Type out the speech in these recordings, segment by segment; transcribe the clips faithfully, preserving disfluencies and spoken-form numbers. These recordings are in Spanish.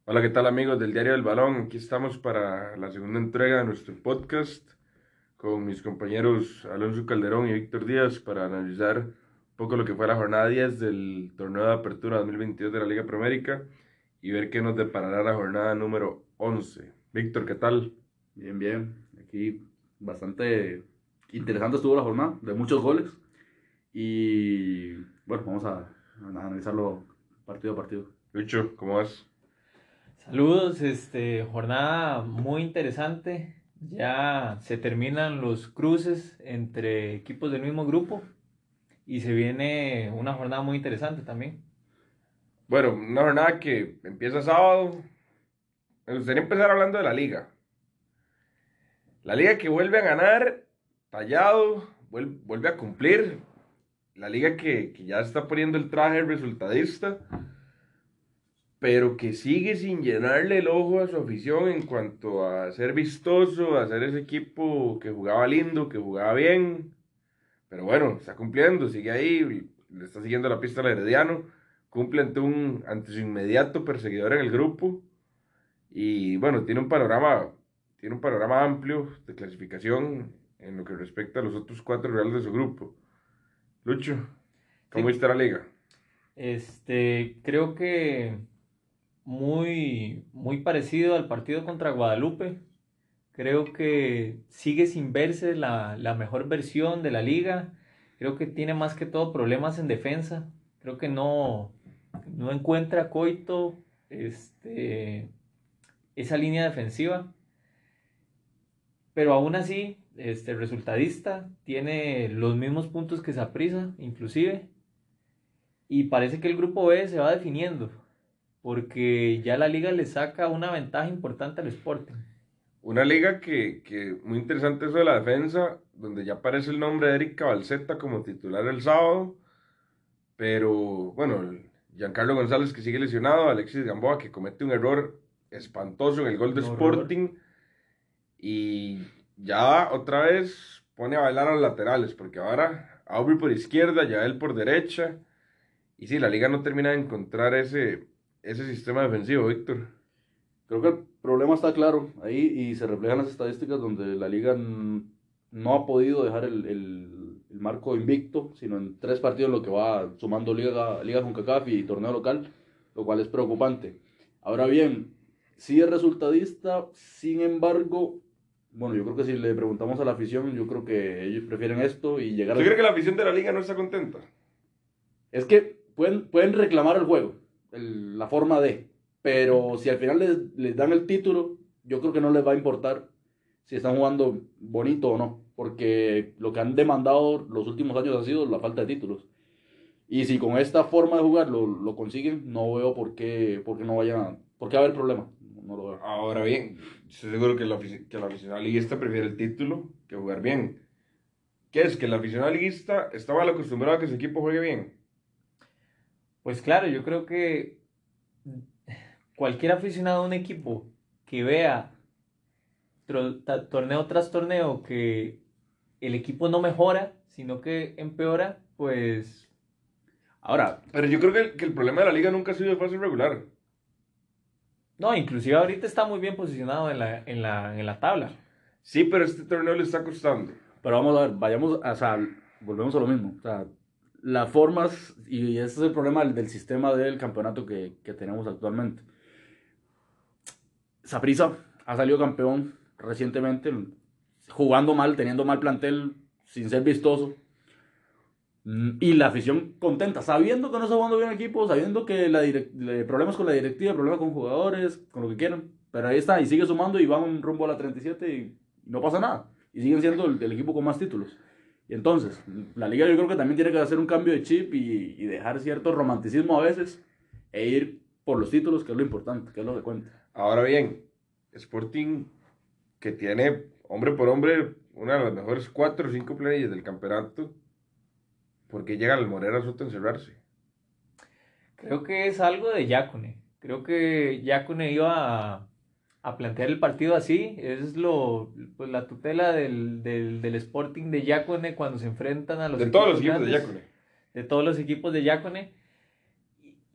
Hola, ¿qué tal amigos del Diario del Balón? Aquí estamos para la segunda entrega de nuestro podcast con mis compañeros Alonso Calderón y Víctor Díaz para analizar un poco lo que fue la jornada diez del torneo de apertura dos mil veintidós de la Liga Promérica y ver qué nos deparará la jornada número once. Víctor, ¿qué tal? Bien, bien. Aquí bastante interesante estuvo la jornada, de muchos goles. Y bueno, vamos a, a analizarlo partido a partido. Lucho, ¿cómo vas? Saludos, este, jornada muy interesante. Ya se terminan los cruces entre equipos del mismo grupo y se viene una jornada muy interesante también. Bueno, una jornada que empieza sábado. Me gustaría empezar hablando de la liga. La liga que vuelve a ganar, tallado, vuelve, vuelve a cumplir. La liga que, que ya está poniendo el traje resultadista, pero que sigue sin llenarle el ojo a su afición en cuanto a ser vistoso, a ser ese equipo que jugaba lindo, que jugaba bien. Pero bueno, está cumpliendo, sigue ahí, le está siguiendo la pista al Herediano, cumple ante, un, ante su inmediato perseguidor en el grupo. Y bueno, tiene un panorama, tiene un panorama amplio de clasificación en lo que respecta a los otros cuatro rivales de su grupo. Lucho, ¿cómo Sí, está la liga? este, creo que muy, muy parecido al partido contra Guadalupe. Creo que sigue sin verse la, la mejor versión de la liga. Creo que tiene más que todo problemas en defensa. Creo que no, no encuentra Coito este, esa línea defensiva. Pero aún así, este resultadista tiene los mismos puntos que Saprissa, inclusive. Y parece que el grupo B se va definiendo. Porque ya la liga le saca una ventaja importante al Sporting. Una liga que, que muy interesante eso de la defensa, donde ya aparece el nombre de Eric Cabalceta como titular el sábado, pero bueno, Giancarlo González que sigue lesionado, Alexis Gamboa que comete un error espantoso en el gol de Un horror. Sporting y ya otra vez pone a bailar a los laterales, porque ahora Aubrey por izquierda, ya él por derecha, y sí, la liga no termina de encontrar ese, ese sistema defensivo, Víctor. Creo que el problema está claro ahí y se reflejan las estadísticas donde la liga n- no ha podido dejar el, el- el marco invicto, sino en tres partidos lo que va sumando liga, liga con CACAF y torneo local, lo cual es preocupante. Ahora bien, sí es resultadista, sin embargo, bueno, yo creo que si le preguntamos a la afición, yo creo que ellos prefieren esto y llegar ¿Usted al... cree que la afición de la liga no está contenta? Es que pueden, pueden reclamar el juego, el- la forma de, pero si al final les, les dan el título, yo creo que no les va a importar si están jugando bonito o no, porque lo que han demandado los últimos años ha sido la falta de títulos. Y si con esta forma de jugar lo, lo consiguen, no veo por qué, por qué no vayan a, por qué va a haber problema. No, no lo veo. Ahora bien, estoy seguro que la, afici- que la aficionado liguista prefiere el título que jugar bien. ¿Qué es? Que el aficionado liguista está mal acostumbrado a que su equipo juegue bien. Pues claro, yo creo que cualquier aficionado a un equipo que vea tro- ta- torneo tras torneo que el equipo no mejora, sino que empeora, pues Ahora, Pero yo creo que el, que el problema de la liga nunca ha sido de fase regular. no, inclusive ahorita está muy bien posicionado en la, en la, en la tabla. Sí, pero este torneo le está costando. pero vamos a ver, vayamos, a, o sea, volvemos a lo mismo. O sea, las formas, y ese es el problema del, del sistema del campeonato que, que tenemos actualmente. Saprissa ha salido campeón recientemente, jugando mal, teniendo mal plantel, sin ser vistoso. Mm, Y la afición contenta, sabiendo que no está jugando bien el equipo, sabiendo que la direct- le- problemas con la directiva, problemas con jugadores, con lo que quieran. Pero ahí está, y sigue sumando y van rumbo a la treinta y siete y no pasa nada. Y siguen siendo el, el equipo con más títulos. Y entonces, la liga yo creo que también tiene que hacer un cambio de chip y, y dejar cierto romanticismo a veces e ir por los títulos, que es lo importante, que es lo que cuenta. Ahora bien, Sporting, que tiene hombre por hombre una de las mejores cuatro o cinco planillas del campeonato, porque llega al Morera Soto a encerrarse. Creo que es algo de Yacone. Creo que Yacone iba a, a plantear el partido así. Es lo, pues, la tutela del, del, del Sporting de Yacone cuando se enfrentan a los De todos los equipos equipos de grandes, Yacone. de todos los equipos de Yacone.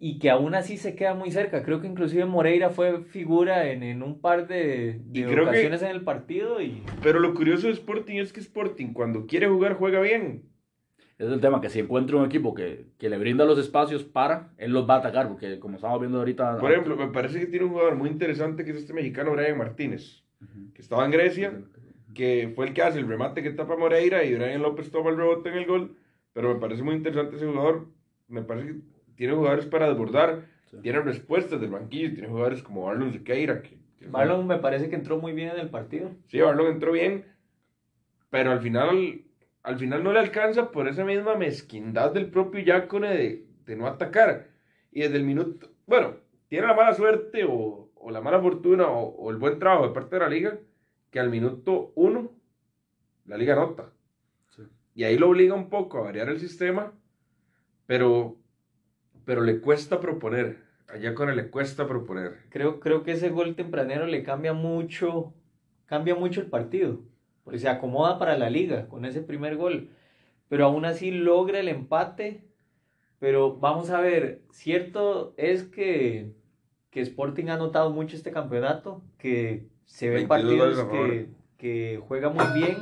y que aún así se queda muy cerca. Creo que inclusive Moreira fue figura en, en un par de, de Y creo que- ocasiones en el partido y Pero lo curioso de Sporting es que Sporting, cuando quiere jugar, juega bien. Ese es el tema, que si encuentra un equipo que, que le brinda los espacios para, él los va a atacar, porque como estamos viendo ahorita... Por ejemplo, me parece que tiene un jugador muy interesante que es este mexicano Brian Martínez, que estaba en Grecia, que fue el que hace el remate que tapa Moreira y Brian López toma el rebote en el gol, pero me parece muy interesante ese jugador. Me parece que tiene jugadores para desbordar, Sí. tiene respuestas del banquillo, tiene jugadores como Marlon Sequeira, que, que Marlon me parece que entró muy bien en el partido. sí, Marlon entró bien, pero al final, al final no le alcanza por esa misma mezquindad del propio Yácone de, de no atacar. Y desde el minuto, bueno, tiene la mala suerte o, o la mala fortuna o, o el buen trabajo de parte de la liga, que al minuto uno la liga anota. Sí. Y ahí lo obliga un poco a variar el sistema, pero, pero le cuesta proponer. A Yácone le cuesta proponer. Creo, creo que ese gol tempranero le cambia mucho, cambia mucho el partido, porque se acomoda para la liga con ese primer gol, pero aún así logra el empate. Pero vamos a ver, cierto es que, que Sporting ha notado mucho este campeonato, que se ven veintidós goles partidos a favor. que, que juega muy bien,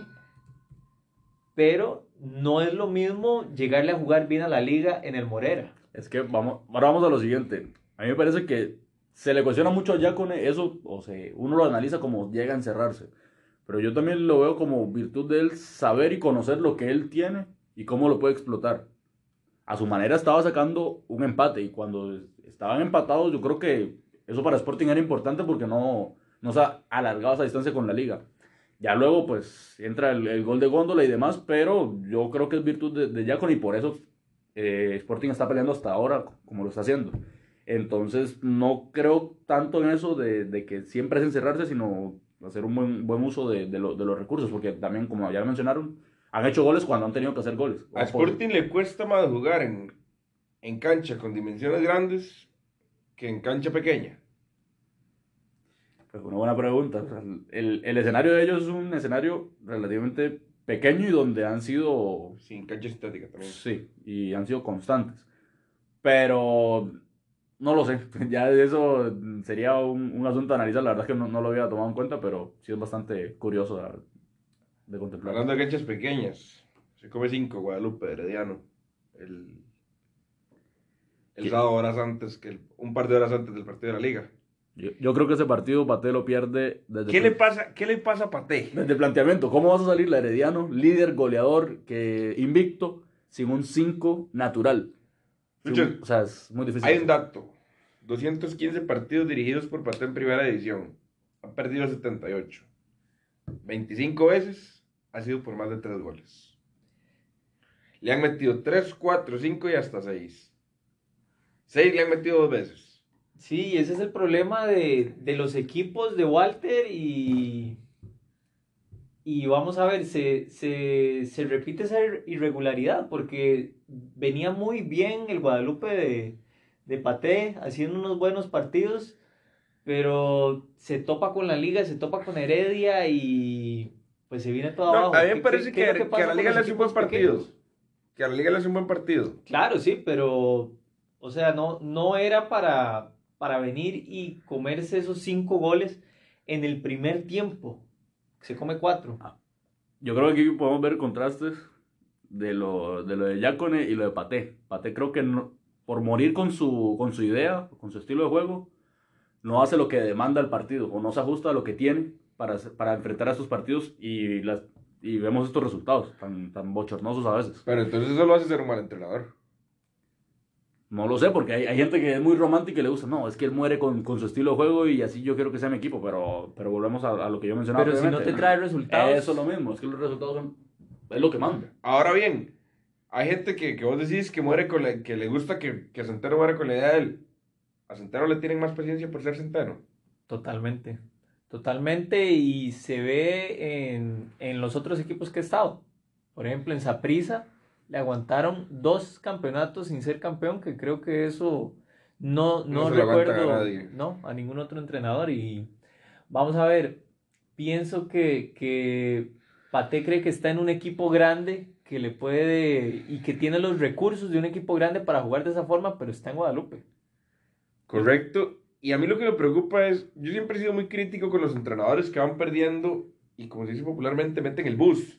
pero no es lo mismo llegarle a jugar bien a la liga en el Morera. Es que vamos, ahora vamos a lo siguiente. A mí me parece que se le cuestiona mucho a Yácone eso, o sea, uno lo analiza como llega a encerrarse. Pero yo también lo veo como virtud de él saber y conocer lo que él tiene y cómo lo puede explotar. A su manera estaba sacando un empate y cuando estaban empatados yo creo que eso para Sporting era importante porque no, no se ha alargado esa distancia con la liga. Ya luego pues entra el, el gol de Góndola y demás, pero yo creo que es virtud de, de Yácone y por eso eh, Sporting está peleando hasta ahora como lo está haciendo. Entonces no creo tanto en eso de, de que siempre es encerrarse, sino hacer un buen, buen uso de, de, lo, de los recursos, porque también como ya mencionaron, han hecho goles cuando han tenido que hacer goles. A Sporting le cuesta más jugar en, en cancha con dimensiones grandes que en cancha pequeña. Pues una buena pregunta. O sea, el, el escenario de ellos es un escenario relativamente pequeño y donde han sido, Sin cancha sintética también. sí, y han sido constantes. Pero no lo sé, ya de eso sería un, un asunto a analizar. La verdad es que no, no lo había tomado en cuenta, pero sí es bastante curioso de, de contemplar. Hablando de canchas pequeñas, se come cinco Guadalupe, Herediano. El, el ¿Qué? sábado horas antes, que el- un par de horas antes del partido de la liga. Yo, yo creo que ese partido Pate lo pierde desde, ¿Qué el- le pasa, qué le pasa a Paté? desde el planteamiento. ¿Cómo vas a salir la Herediano, líder, goleador, que invicto, sin un cinco natural? Sin Mucho- un- o sea, es muy difícil. Hay un dato. doscientos quince partidos dirigidos por Paté en primera división. Ha perdido setenta y ocho. veinticinco veces ha sido por más de tres goles. Le han metido tres, cuatro, cinco y hasta seis. seis le han metido dos veces. Sí, ese es el problema de, de los equipos de Walter y, y vamos a ver, se, se, se repite esa ir- irregularidad porque venía muy bien el Guadalupe de, de Paté haciendo unos buenos partidos, pero se topa con la liga, se topa con Heredia y pues se viene todo No, abajo. a mí me ¿Qué- parece qué- qué es que, lo que pasa a la con liga los le hace un buen equipos partido. pequeños? Que a la liga le hace un buen partido. Claro, sí, pero, o sea, no, no era para, para venir y comerse esos cinco goles en el primer tiempo. Se come cuatro. Yo creo que aquí podemos ver contrastes de lo de, lo de Yácone y lo de Paté. Paté creo que no- por morir con su, con su idea, con su estilo de juego, no hace lo que demanda el partido o no se ajusta a lo que tiene para, hacer- para enfrentar a estos partidos y, las, y vemos estos resultados tan, tan bochornosos a veces. Pero entonces eso lo hace ser un mal entrenador. No lo sé, porque hay, hay gente que es muy romántica y le gusta, no, es que él muere con, con su estilo de juego y así yo quiero que sea mi equipo, pero, pero volvemos a, a lo que yo mencionaba Pero si no previamente. te trae resultados. Eso es lo mismo, es que los resultados son, es lo que manda. Ahora bien, hay gente que, que vos decís que muere con la, que le gusta que, que Centeno muere con la idea de él. A Centeno le tienen más paciencia por ser Centeno. Totalmente. Totalmente. Y se ve en, en los otros equipos que he estado. Por ejemplo, en Saprissa le aguantaron dos campeonatos sin ser campeón, que creo que eso no, no, No se lo aguantan recuerdo a nadie. no, a ningún otro entrenador. Y vamos a ver, pienso que, que Paté cree que está en un equipo grande que le puede y que tiene los recursos de un equipo grande para jugar de esa forma, pero está en Guadalupe. Correcto. Y a mí lo que me preocupa es, yo siempre he sido muy crítico con los entrenadores que van perdiendo y como se dice popularmente, meten el bus.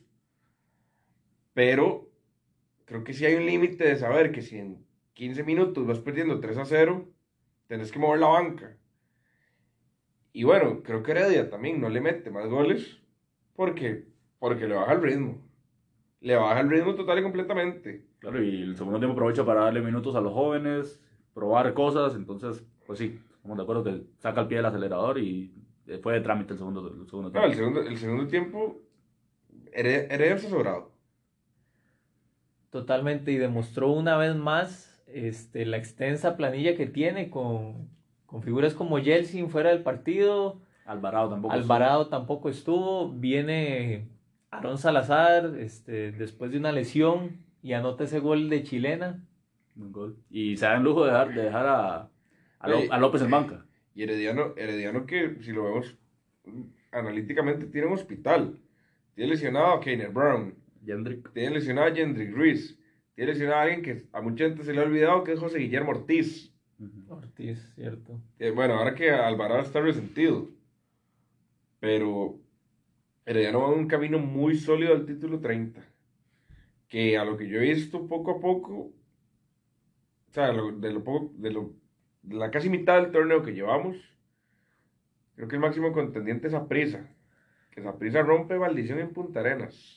Pero creo que sí hay un límite de saber que si en quince minutos vas perdiendo tres a cero, tenés que mover la banca. Y bueno, creo que Heredia también no le mete más goles porque, porque le baja el ritmo. Le baja el ritmo total y completamente. Claro, y el segundo tiempo aprovecha para darle minutos a los jóvenes, probar cosas, entonces, pues sí, estamos de acuerdo que saca el pie del acelerador y eh, fue de trámite el segundo, el segundo No, tiempo. el segundo, el segundo tiempo, Heredia, Heredia está sobrado. Totalmente, y demostró una vez más este, la extensa planilla que tiene con, con figuras como Yeltsin fuera del partido. Alvarado tampoco. Alvarado tampoco estuvo. Viene Aarón Salazar este, después de una lesión y anota ese gol de chilena. Un gol. Y se da el lujo de dejar, de dejar a, a, Ló- a López en banca. Y Herediano, Herediano que, si lo vemos analíticamente, tiene un hospital. Tiene lesionado a Keiner Brown. Jendrik. Tiene lesionado a Jendrik Ruiz. Tiene lesionado a alguien que a mucha gente se le ha olvidado, que es José Guillermo Ortiz. Uh-huh. Ortiz, cierto. Eh, bueno, ahora que Alvarado está resentido. Pero Herediano va en un camino muy sólido al título treinta. Que a lo que yo he visto poco a poco, o sea, lo- de lo poco, de lo, de la casi mitad del torneo que llevamos, creo que el máximo contendiente es Saprissa. Que Saprissa rompe maldición en Punta Arenas.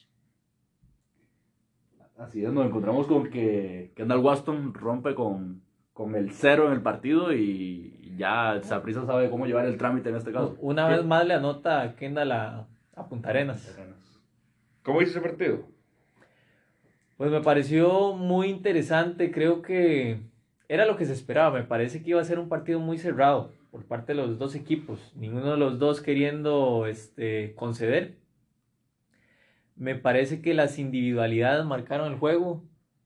Así es, nos encontramos con que Kendall Waston rompe con, con el cero en el partido y ya Saprissa sabe cómo llevar el trámite en este caso. Una vez más le anota a Kendall a, a Punta Arenas. ¿Cómo hizo ese partido? Pues me pareció muy interesante, creo que era lo que se esperaba, me parece que iba a ser un partido muy cerrado por parte de los dos equipos, ninguno de los dos queriendo este, conceder. Me parece que las individualidades marcaron el juego.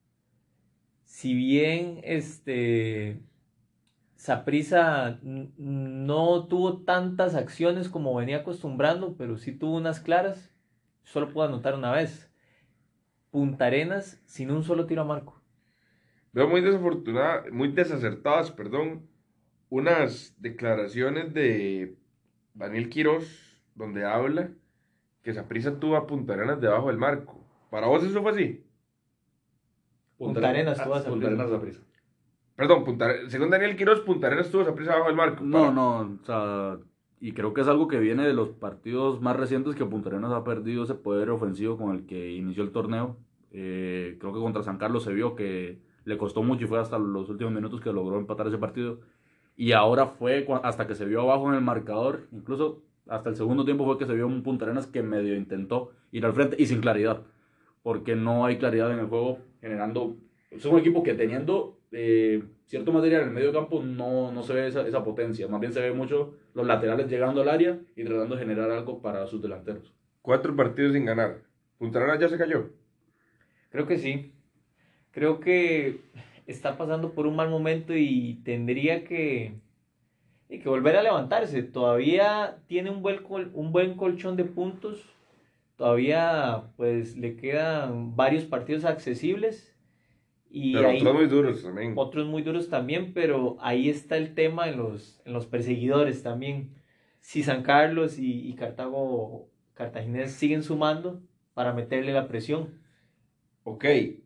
Si bien este Saprissa n- no tuvo tantas acciones como venía acostumbrando, pero sí tuvo unas claras, solo pudo anotar una vez. Punta Arenas sin un solo tiro a marco. Veo muy desafortunadas, muy desacertadas, perdón, unas declaraciones de Daniel Quirós, donde habla que Saprissa tuvo a Punta Arenas debajo del marco. ¿Para vos eso fue así? Punta Arenas tuvo a Punta Saprissa. Arenas Saprissa. Perdón, Punta Are- según Daniel Quirós, Punta Arenas tuvo a Saprissa debajo del marco. No, Para- no, o sea, y creo que es algo que viene de los partidos más recientes que Punta Arenas ha perdido ese poder ofensivo con el que inició el torneo. Eh, creo que contra San Carlos se vio que le costó mucho y fue hasta los últimos minutos que logró empatar ese partido. Y ahora fue cua- hasta que se vio abajo en el marcador, incluso hasta el segundo tiempo fue que se vio un Punta Arenas que medio intentó ir al frente y sin claridad, porque no hay claridad en el juego generando. Es un equipo que teniendo eh, cierto material en el medio campo no, no se ve esa, esa potencia, más bien se ve mucho los laterales llegando al área y tratando de generar algo para sus delanteros. Cuatro partidos sin ganar. Punta Arenas ya se cayó. Creo que sí. Creo que está pasando por un mal momento y tendría que, y que volver a levantarse. Todavía tiene un buen, col- un buen colchón de puntos. Todavía pues le quedan varios partidos accesibles. Y Pero ahí otros muy duros también. otros muy duros también, pero ahí está el tema en los, en los perseguidores también. Si San Carlos y, y Cartago, Cartaginés siguen sumando para meterle la presión. Ok.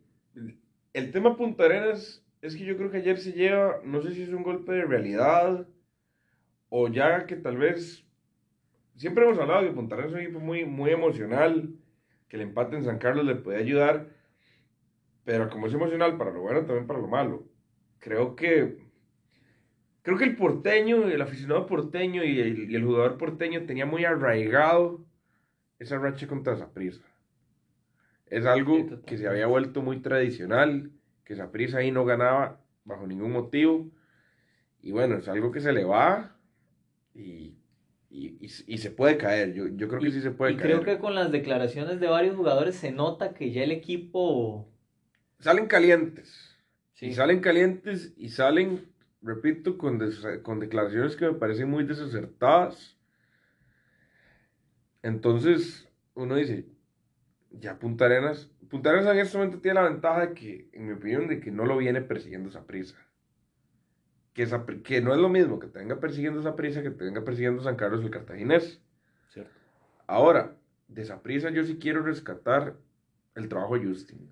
El tema Punta Arenas es que yo creo que ayer se lleva, no sé si es un golpe de realidad o ya que tal vez. Siempre hemos hablado de que Punta Arenas es un equipo muy, muy emocional, que el empate en San Carlos le puede ayudar, pero como es emocional para lo bueno, también para lo malo. Creo que. Creo que el porteño, el aficionado porteño y el, y el jugador porteño tenía muy arraigado esa racha contra Saprissa. Es algo Sí, que se totalmente. había vuelto muy tradicional, que Saprissa ahí no ganaba bajo ningún motivo. Y bueno, es algo que se le va y, y, y, y se puede caer. Yo, yo creo que Y, sí se puede y caer. creo que con las declaraciones de varios jugadores se nota que ya el equipo... Salen calientes. Sí, Y salen calientes y salen, repito, con, des- con declaraciones que me parecen muy desacertadas. Entonces, uno dice, ya Punta Arenas, Punta Arenas en este momento tiene la ventaja de que, en mi opinión, de que no lo viene persiguiendo Saprissa. que, Sapri- que no es lo mismo que te venga persiguiendo Saprissa que te venga persiguiendo San Carlos el Cartaginés. Cierto. Ahora, de Saprissa yo sí quiero rescatar el trabajo de Justin.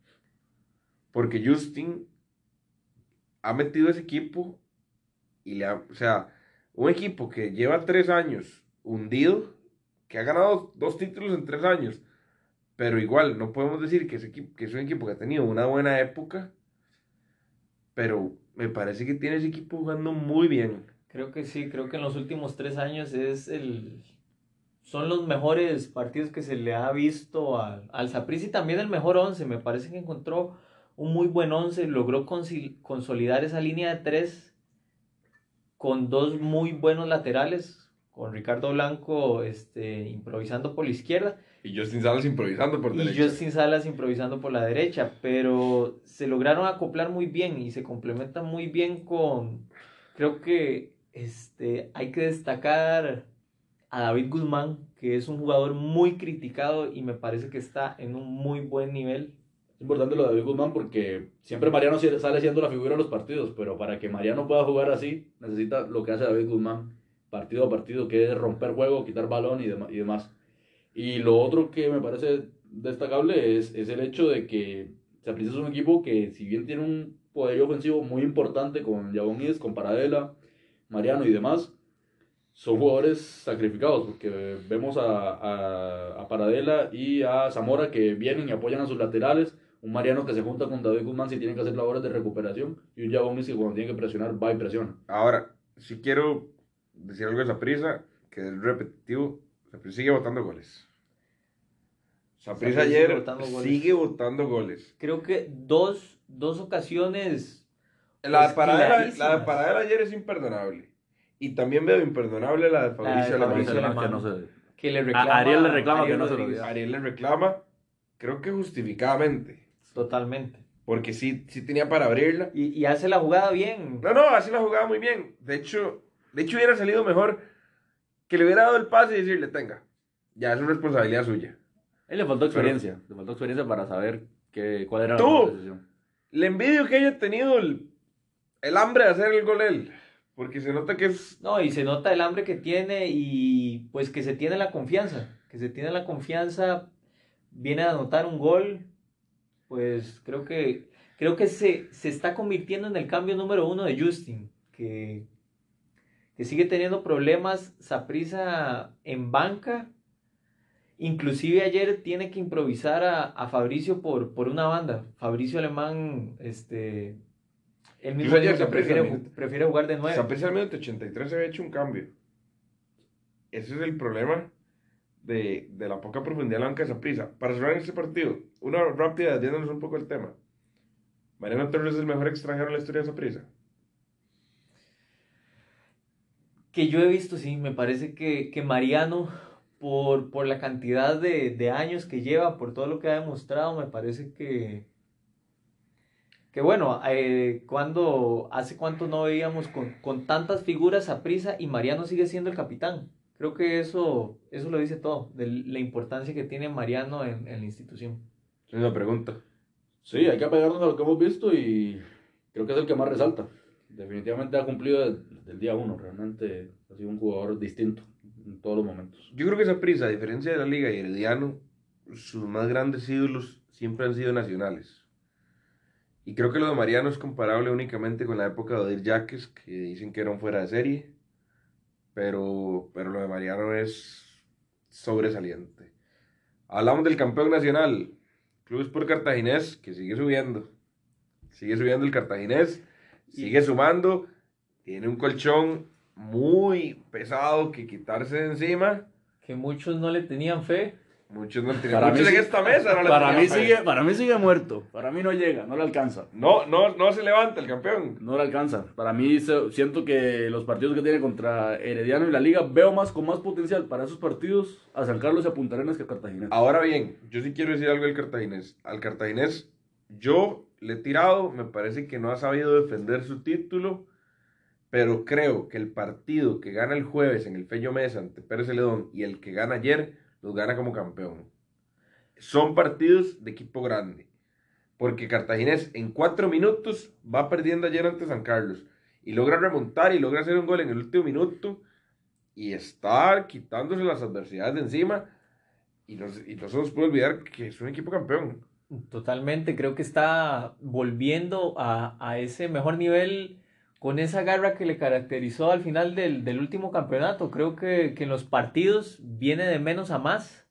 Porque Justin ha metido ese equipo y le ha, o sea, un equipo que lleva tres años hundido, que ha ganado dos títulos en tres años, pero igual no podemos decir que, ese equipo, que es un equipo que ha tenido una buena época, pero me parece que tiene ese equipo jugando muy bien. Creo que sí, creo que en los últimos tres años es el, son los mejores partidos que se le ha visto al, al Saprissa y también el mejor once. Me parece que encontró un muy buen once, logró consi- consolidar esa línea de tres con dos muy buenos laterales, con Ricardo Blanco este, improvisando por la izquierda Y Justin Salas improvisando por y derecha. Justin Salas improvisando por la derecha, pero se lograron acoplar muy bien y se complementan muy bien con, creo que este, hay que destacar a David Guzmán, que es un jugador muy criticado y me parece que está en un muy buen nivel. Es importante lo de David Guzmán porque siempre Mariano si- sale siendo la figura de los partidos, pero para que Mariano pueda jugar así, necesita lo que hace David Guzmán, partido a partido, que es romper juego, quitar balón y, dema- y demás. Y lo otro que me parece destacable es, es el hecho de que Saprissa es un equipo que, si bien tiene un poderío ofensivo muy importante con Yabón Is, con Paradela, Mariano y demás, son jugadores sacrificados, porque vemos a, a, a Paradela y a Zamora que vienen y apoyan a sus laterales, un Mariano que se junta con David Guzmán si tiene que hacer labores de recuperación, y un Yabón Is que cuando tiene que presionar va y presiona. Ahora, si quiero decir algo de Saprissa, que es repetitivo, Saprissa sigue botando goles. Saprissa Saprissa sigue ayer botando goles. sigue botando goles. Creo que dos, dos ocasiones La de pues, Paradela, la de clarísimas. Paradela ayer es imperdonable. Y también veo imperdonable la de Fabricio de Alemán. Fabricio Alemán, Alemán. que no se- que le reclama A Ariel le reclama Ariel que no se lo Rodríguez. diga. Ariel le reclama, creo que justificadamente. Totalmente. Porque sí, sí tenía para abrirla. Y, y hace la jugada bien. No, no, así la jugaba muy bien. De hecho, de hecho hubiera salido mejor que le hubiera dado el pase y decirle, tenga, ya es una responsabilidad suya. A él le faltó experiencia, le faltó experiencia para saber qué, cuál era Tú. la mejor decisión. Le envidio que haya tenido el, el hambre de hacer el gol él. Porque se nota que es... No, y se nota el hambre que tiene y pues que se tiene la confianza. Que se tiene la confianza, viene a anotar un gol. Pues creo que, creo que se, se está convirtiendo en el cambio número uno de Justin. Que, que sigue teniendo problemas Saprissa en banca. Inclusive ayer tiene que improvisar a, a Fabricio por, por una banda. Fabricio Alemán, este, él mismo Yo ayer dijo que Saprissa prefiere, también. ju- prefiere jugar de nueve. Saprissa al minuto ochenta y tres se había hecho un cambio. Ese es el problema de, de la poca profundidad de la banca de Saprissa. Para cerrar este partido, una rápida, desviándonos un poco el tema. Mariano Torres es el mejor extranjero en la historia de Saprissa. Que yo he visto, sí, me parece que, que Mariano, por, por la cantidad de, de años que lleva, por todo lo que ha demostrado, me parece que, que bueno, eh, cuando, hace cuánto no veíamos con, con tantas figuras Saprissa y Mariano sigue siendo el capitán. Creo que eso, eso lo dice todo, de la importancia que tiene Mariano en, en la institución. Es una pregunta. Sí, hay que apegarnos a lo que hemos visto y creo que es el que más resalta. Definitivamente ha cumplido desde el día uno, realmente ha sido un jugador distinto en todos los momentos. Yo creo que Saprissa, a diferencia de la Liga y Herediano, sus más grandes ídolos siempre han sido nacionales. Y creo que lo de Mariano es comparable únicamente con la época de Odir Yaques, que dicen que eran fuera de serie. Pero, pero lo de Mariano es sobresaliente. Hablamos del campeón nacional, Club Sport Cartaginés, que sigue subiendo. Sigue subiendo el Cartaginés, sigue sumando. Tiene un colchón muy pesado que quitarse de encima. Que muchos no le tenían fe. Muchos no tenían. Para Muchos mí en sí- esta mesa no le Para tenían mí, fe. sigue, para mí sigue muerto, para mí no llega, no le alcanza. No, no, no se levanta el campeón. No le alcanza. Para mí se- siento que los partidos que tiene contra Herediano y la Liga veo más con más potencial para esos partidos a San Carlos y a Punta Arenas que a Cartagena. Ahora bien, yo sí quiero decir algo del Cartaginés. Al Cartaginés, yo le he tirado, me parece que no ha sabido defender su título, pero creo que el partido que gana el jueves en el Fello Mesa ante Pérez Celedón y el que gana ayer, los gana como campeón. Son partidos de equipo grande, porque Cartaginés en cuatro minutos va perdiendo ayer ante San Carlos, y logra remontar y logra hacer un gol en el último minuto y está quitándose las adversidades de encima y no, y no se nos puede olvidar que es un equipo campeón. Totalmente, creo que está volviendo a, a ese mejor nivel con esa garra que le caracterizó al final del, del último campeonato. Creo que, que en los partidos viene de menos a más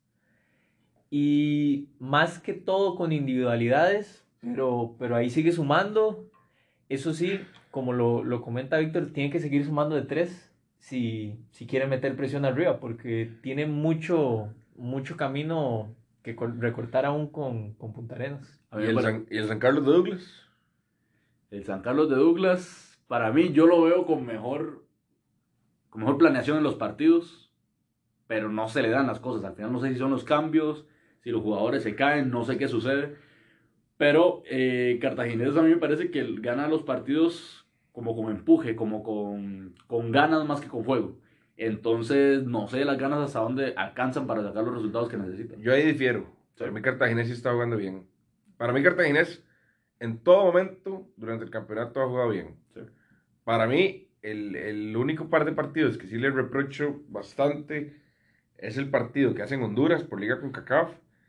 y más que todo con individualidades, pero, pero ahí sigue sumando. Eso sí, como lo, lo comenta Víctor, tiene que seguir sumando de tres si, si quiere meter presión arriba, porque tiene mucho, mucho camino que cor- recortar aún con, con Punta Arenas. A ¿Y mí me el, pare- San, y el San Carlos de Douglas? El San Carlos de Douglas, para mí, yo lo veo con mejor, con mejor planeación en los partidos, pero no se le dan las cosas. Al final no sé si son los cambios, si los jugadores se caen, no sé qué sucede. Pero eh, Cartaginés a mí me parece que él gana los partidos como con empuje, como con, con ganas más que con fuego. Entonces, no sé las ganas hasta dónde alcanzan para sacar los resultados que necesitan. Yo ahí difiero. Para mí Cartaginés sí está jugando bien. Para mí Cartaginés en todo momento durante el campeonato ha jugado bien. Sí. Para mí el, el único par de partidos que sí le reprocho bastante es el partido que hacen Honduras por Liga CONCACAF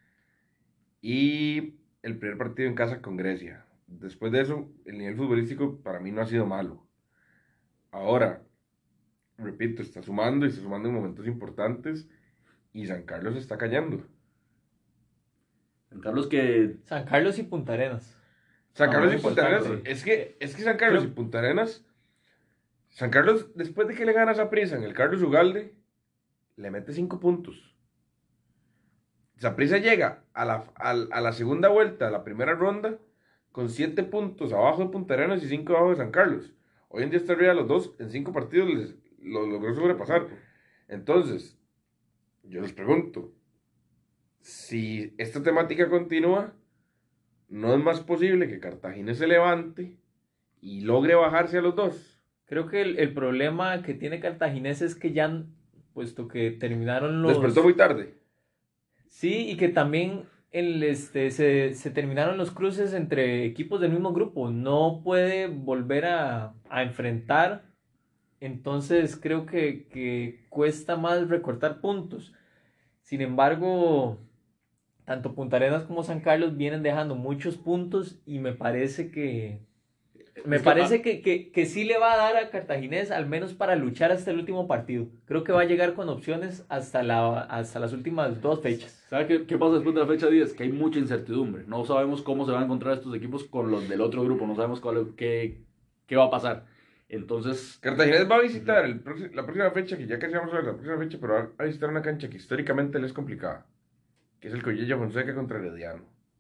y el primer partido en casa con Grecia. Después de eso, el nivel futbolístico para mí no ha sido malo. Ahora, repito, está sumando y está sumando en momentos importantes y San Carlos está cayendo. San Carlos que San Carlos y Punta Arenas. San Ah, Carlos muy y Punta Arenas, importante. es que, es que San Carlos Creo- y Punta Arenas, San Carlos, después de que le gana a Saprissa en el Carlos Ugalde, le mete cinco puntos. Saprissa llega a la, a, a la segunda vuelta, a la primera ronda, con siete puntos abajo de Punta Arenas y cinco abajo de San Carlos. Hoy en día está arriba de los dos, en cinco partidos les, lo logró sobrepasar. Entonces, yo les pregunto, si esta temática continúa, ¿no es más posible que Cartagena se levante y logre bajarse a los dos? Creo que el, el problema que tiene Cartaginés es que ya, puesto que terminaron los... Despertó muy tarde. Sí, y que también el, este, se, se terminaron los cruces entre equipos del mismo grupo. No puede volver a, a enfrentar. Entonces creo que, que cuesta más recortar puntos. Sin embargo, tanto Punta Arenas como San Carlos vienen dejando muchos puntos y me parece que... Me Es que- parece que, que, que sí le va a dar a Cartaginés, al menos para luchar hasta el último partido. Creo que va a llegar con opciones hasta, la, hasta las últimas dos fechas. ¿Sabe qué, qué pasa después de la fecha diez? Que hay mucha incertidumbre. No sabemos cómo se van a encontrar estos equipos con los del otro grupo. No sabemos cuál, qué, qué va a pasar. Entonces, Cartagena va a visitar el próximo- la próxima fecha, que ya casi vamos a ver la próxima fecha, pero va a visitar una cancha que históricamente le es complicada, que es el Collella Fonseca contra Herediano.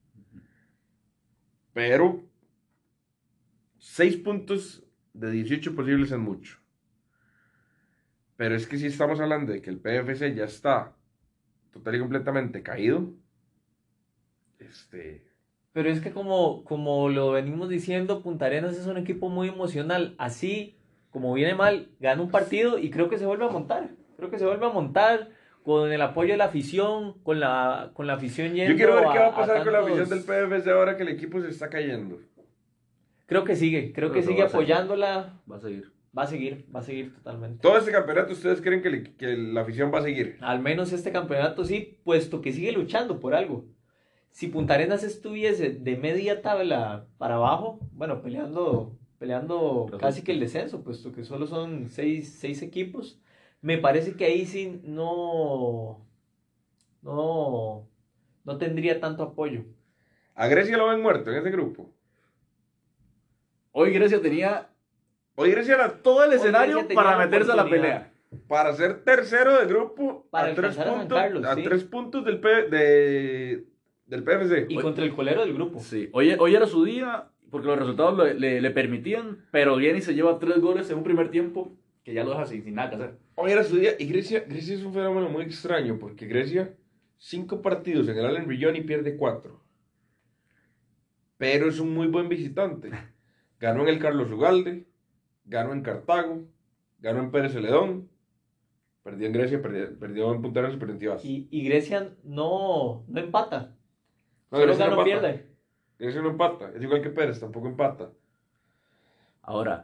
Pero seis puntos de dieciocho posibles es mucho. Pero es que si estamos hablando de que el P F C ya está total y completamente caído, este... Pero es que como, como lo venimos diciendo, Punta Arenas es un equipo muy emocional. Así como viene mal, gana un partido y creo que se vuelve a montar. Creo que se vuelve a montar con el apoyo de la afición, con la, con la afición yendo Yo quiero ver qué va a pasar con la tantos- afición del P F C ahora que el equipo se está cayendo. Creo que sigue, creo que Pero sigue va a seguir. apoyándola. va a seguir. Va a seguir, va a seguir totalmente. Todo este campeonato, ¿ustedes creen que, le- que la afición va a seguir? Al menos este campeonato sí, puesto que sigue luchando por algo. Si Punta Arenas estuviese de media tabla para abajo, bueno, peleando, peleando Pero casi sí. que el descenso, puesto que solo son seis, seis equipos, me parece que ahí sí no, no, no tendría tanto apoyo. A Grecia lo ven muerto en ese grupo. Hoy Grecia tenía Hoy Grecia era todo el Hoy escenario Grecia tenía para la meterse a la oportunidad. pelea. para ser tercero de grupo Para a tres alcanzar a San puntos, Carlos, a sí. tres puntos del, P, de, del P F C. Y contra el colero del grupo. Sí, hoy, hoy era su día porque los resultados le, le- le permitían, pero Guiani se lleva tres goles en un primer tiempo que ya lo deja sin, sin nada que hacer. Hoy era su día y Grecia, Grecia es un fenómeno muy extraño porque Grecia, cinco partidos en el Allen Rillón y pierde cuatro. Pero es un muy buen visitante. Ganó en el Carlos Ugalde, ganó en Cartago, ganó en Pérez Celedón, perdió en Grecia, perdió, perdió en Punta Arenas y perdió en Tibás. Y, y Grecia no, no empata. No, Solo Grecia gana no o empata. pierde. Grecia no empata, es igual que Pérez, tampoco empata. Ahora,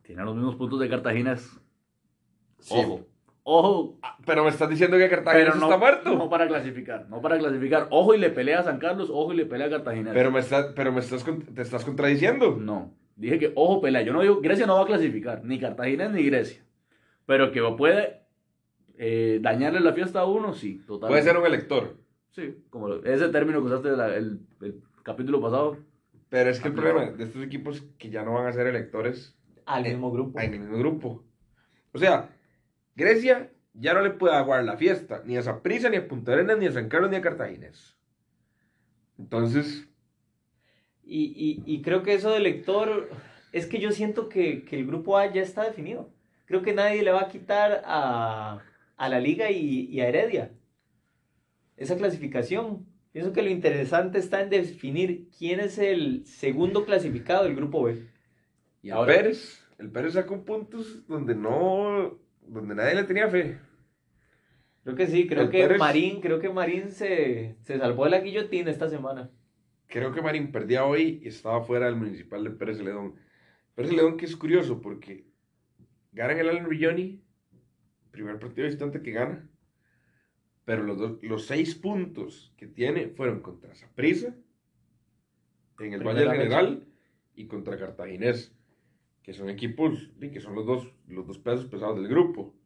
Tiene los mismos puntos de Cartagena. Sí. Ojo. Ojo. Ah, pero me estás diciendo que Cartagena Pero no, está muerto. no para clasificar. No para clasificar. Ojo y le pelea a San Carlos. Ojo y le pelea a Cartagena. Pero me estás, pero me estás, con- te estás contradiciendo. No. Dije que ojo pelea. Yo no digo. Grecia no va a clasificar. Ni Cartagena ni Grecia. Pero que puede eh, dañarle la fiesta a uno, sí. Totalmente. Puede ser un elector. Sí. Como lo- ese término que usaste la- el, el capítulo pasado. Pero es que el Aplicado. problema de estos equipos es que ya no van a ser electores Al en- mismo grupo. en el mismo grupo. O sea, Grecia ya no le puede aguar la fiesta ni a Saprissa, ni a Punta Arenas, ni a San Carlos, ni a Cartaginés. Entonces, Y, y, y creo que eso del lector, es que yo siento que, que el grupo A ya está definido. Creo que nadie le va a quitar a, a la Liga y, y a Heredia esa clasificación. Pienso que lo interesante está en definir quién es el segundo clasificado del grupo B. Y el ahora. Pérez, el Pérez sacó puntos donde no, donde nadie le tenía fe. Creo que sí, creo El que Pérez- Marín, creo que Marín se, se salvó de la guillotina esta semana. Creo que Marín perdía hoy y estaba fuera del municipal de Pérez Celedón. Pérez Celedón, que es curioso porque ganan el Allen Rigioni, primer partido visitante que gana, pero los, dos, los seis puntos que tiene fueron contra Saprissa, en el Valle del Primera General, y contra Cartaginés, que son equipos sí, que son los dos, los dos pesos pesados del grupo.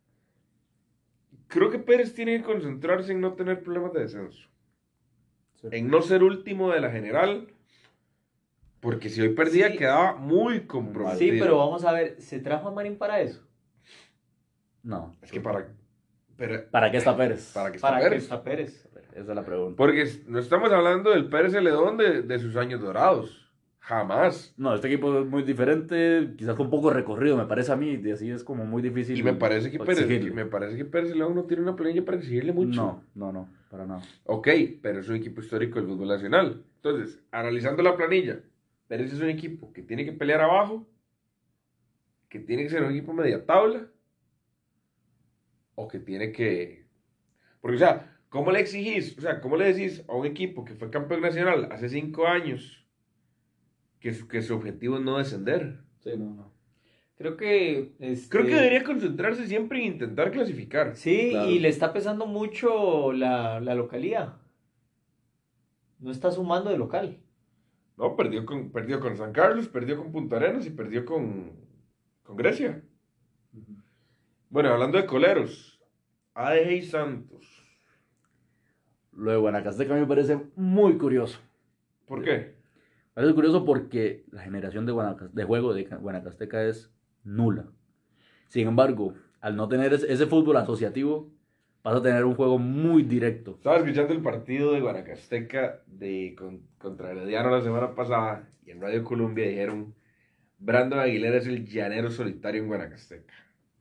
Creo que Pérez tiene que concentrarse en no tener problemas de descenso, en no ser último de la general, porque si hoy perdía Sí. quedaba muy Sí, comprometido. pero vamos a ver, ¿se trajo a Marín para eso? No. Es que para... pero- ¿Para qué está Pérez? para que está ¿Para qué Pérez. está Pérez? Esa es la pregunta. Porque no estamos hablando del Pérez Celedón de, de sus años dorados. Jamás. No, este equipo es muy diferente, quizás con poco recorrido, me parece a mí, y así es como muy difícil. Y me parece que Pérez, exigirle. me parece que Pérez Celedón no tiene una planilla para exigirle mucho. No, no, no, para nada. Ok, pero es un equipo histórico del fútbol nacional. Entonces, analizando la planilla, Pérez es un equipo que tiene que pelear abajo, que tiene que ser un equipo media tabla, o que tiene que... Porque, o sea, ¿cómo le exigís? O sea, ¿cómo le decís a un equipo que fue campeón nacional hace cinco años que su, que su objetivo es no descender? Sí, no, no. Creo que... este, Creo que debería concentrarse siempre en intentar clasificar. Sí, Claro. y le está pesando mucho la, la localía. No está sumando de local. No, perdió con, perdió con San Carlos, perdió con Punta Arenas y perdió con, con Grecia. Bueno, hablando de coleros, A D G y Santos. Lo de Guanacasteca a mí me parece muy curioso. ¿Por qué? Me parece curioso porque la generación de, Guanaca- de juego de Guanacasteca es nula. Sin embargo, al no tener ese, ese fútbol asociativo, vas a tener un juego muy directo. Estaba escuchando el partido de Guanacasteca de, con, contra Herediano la semana pasada y en Radio Colombia dijeron: Brandon Aguilera es el llanero solitario en Guanacasteca.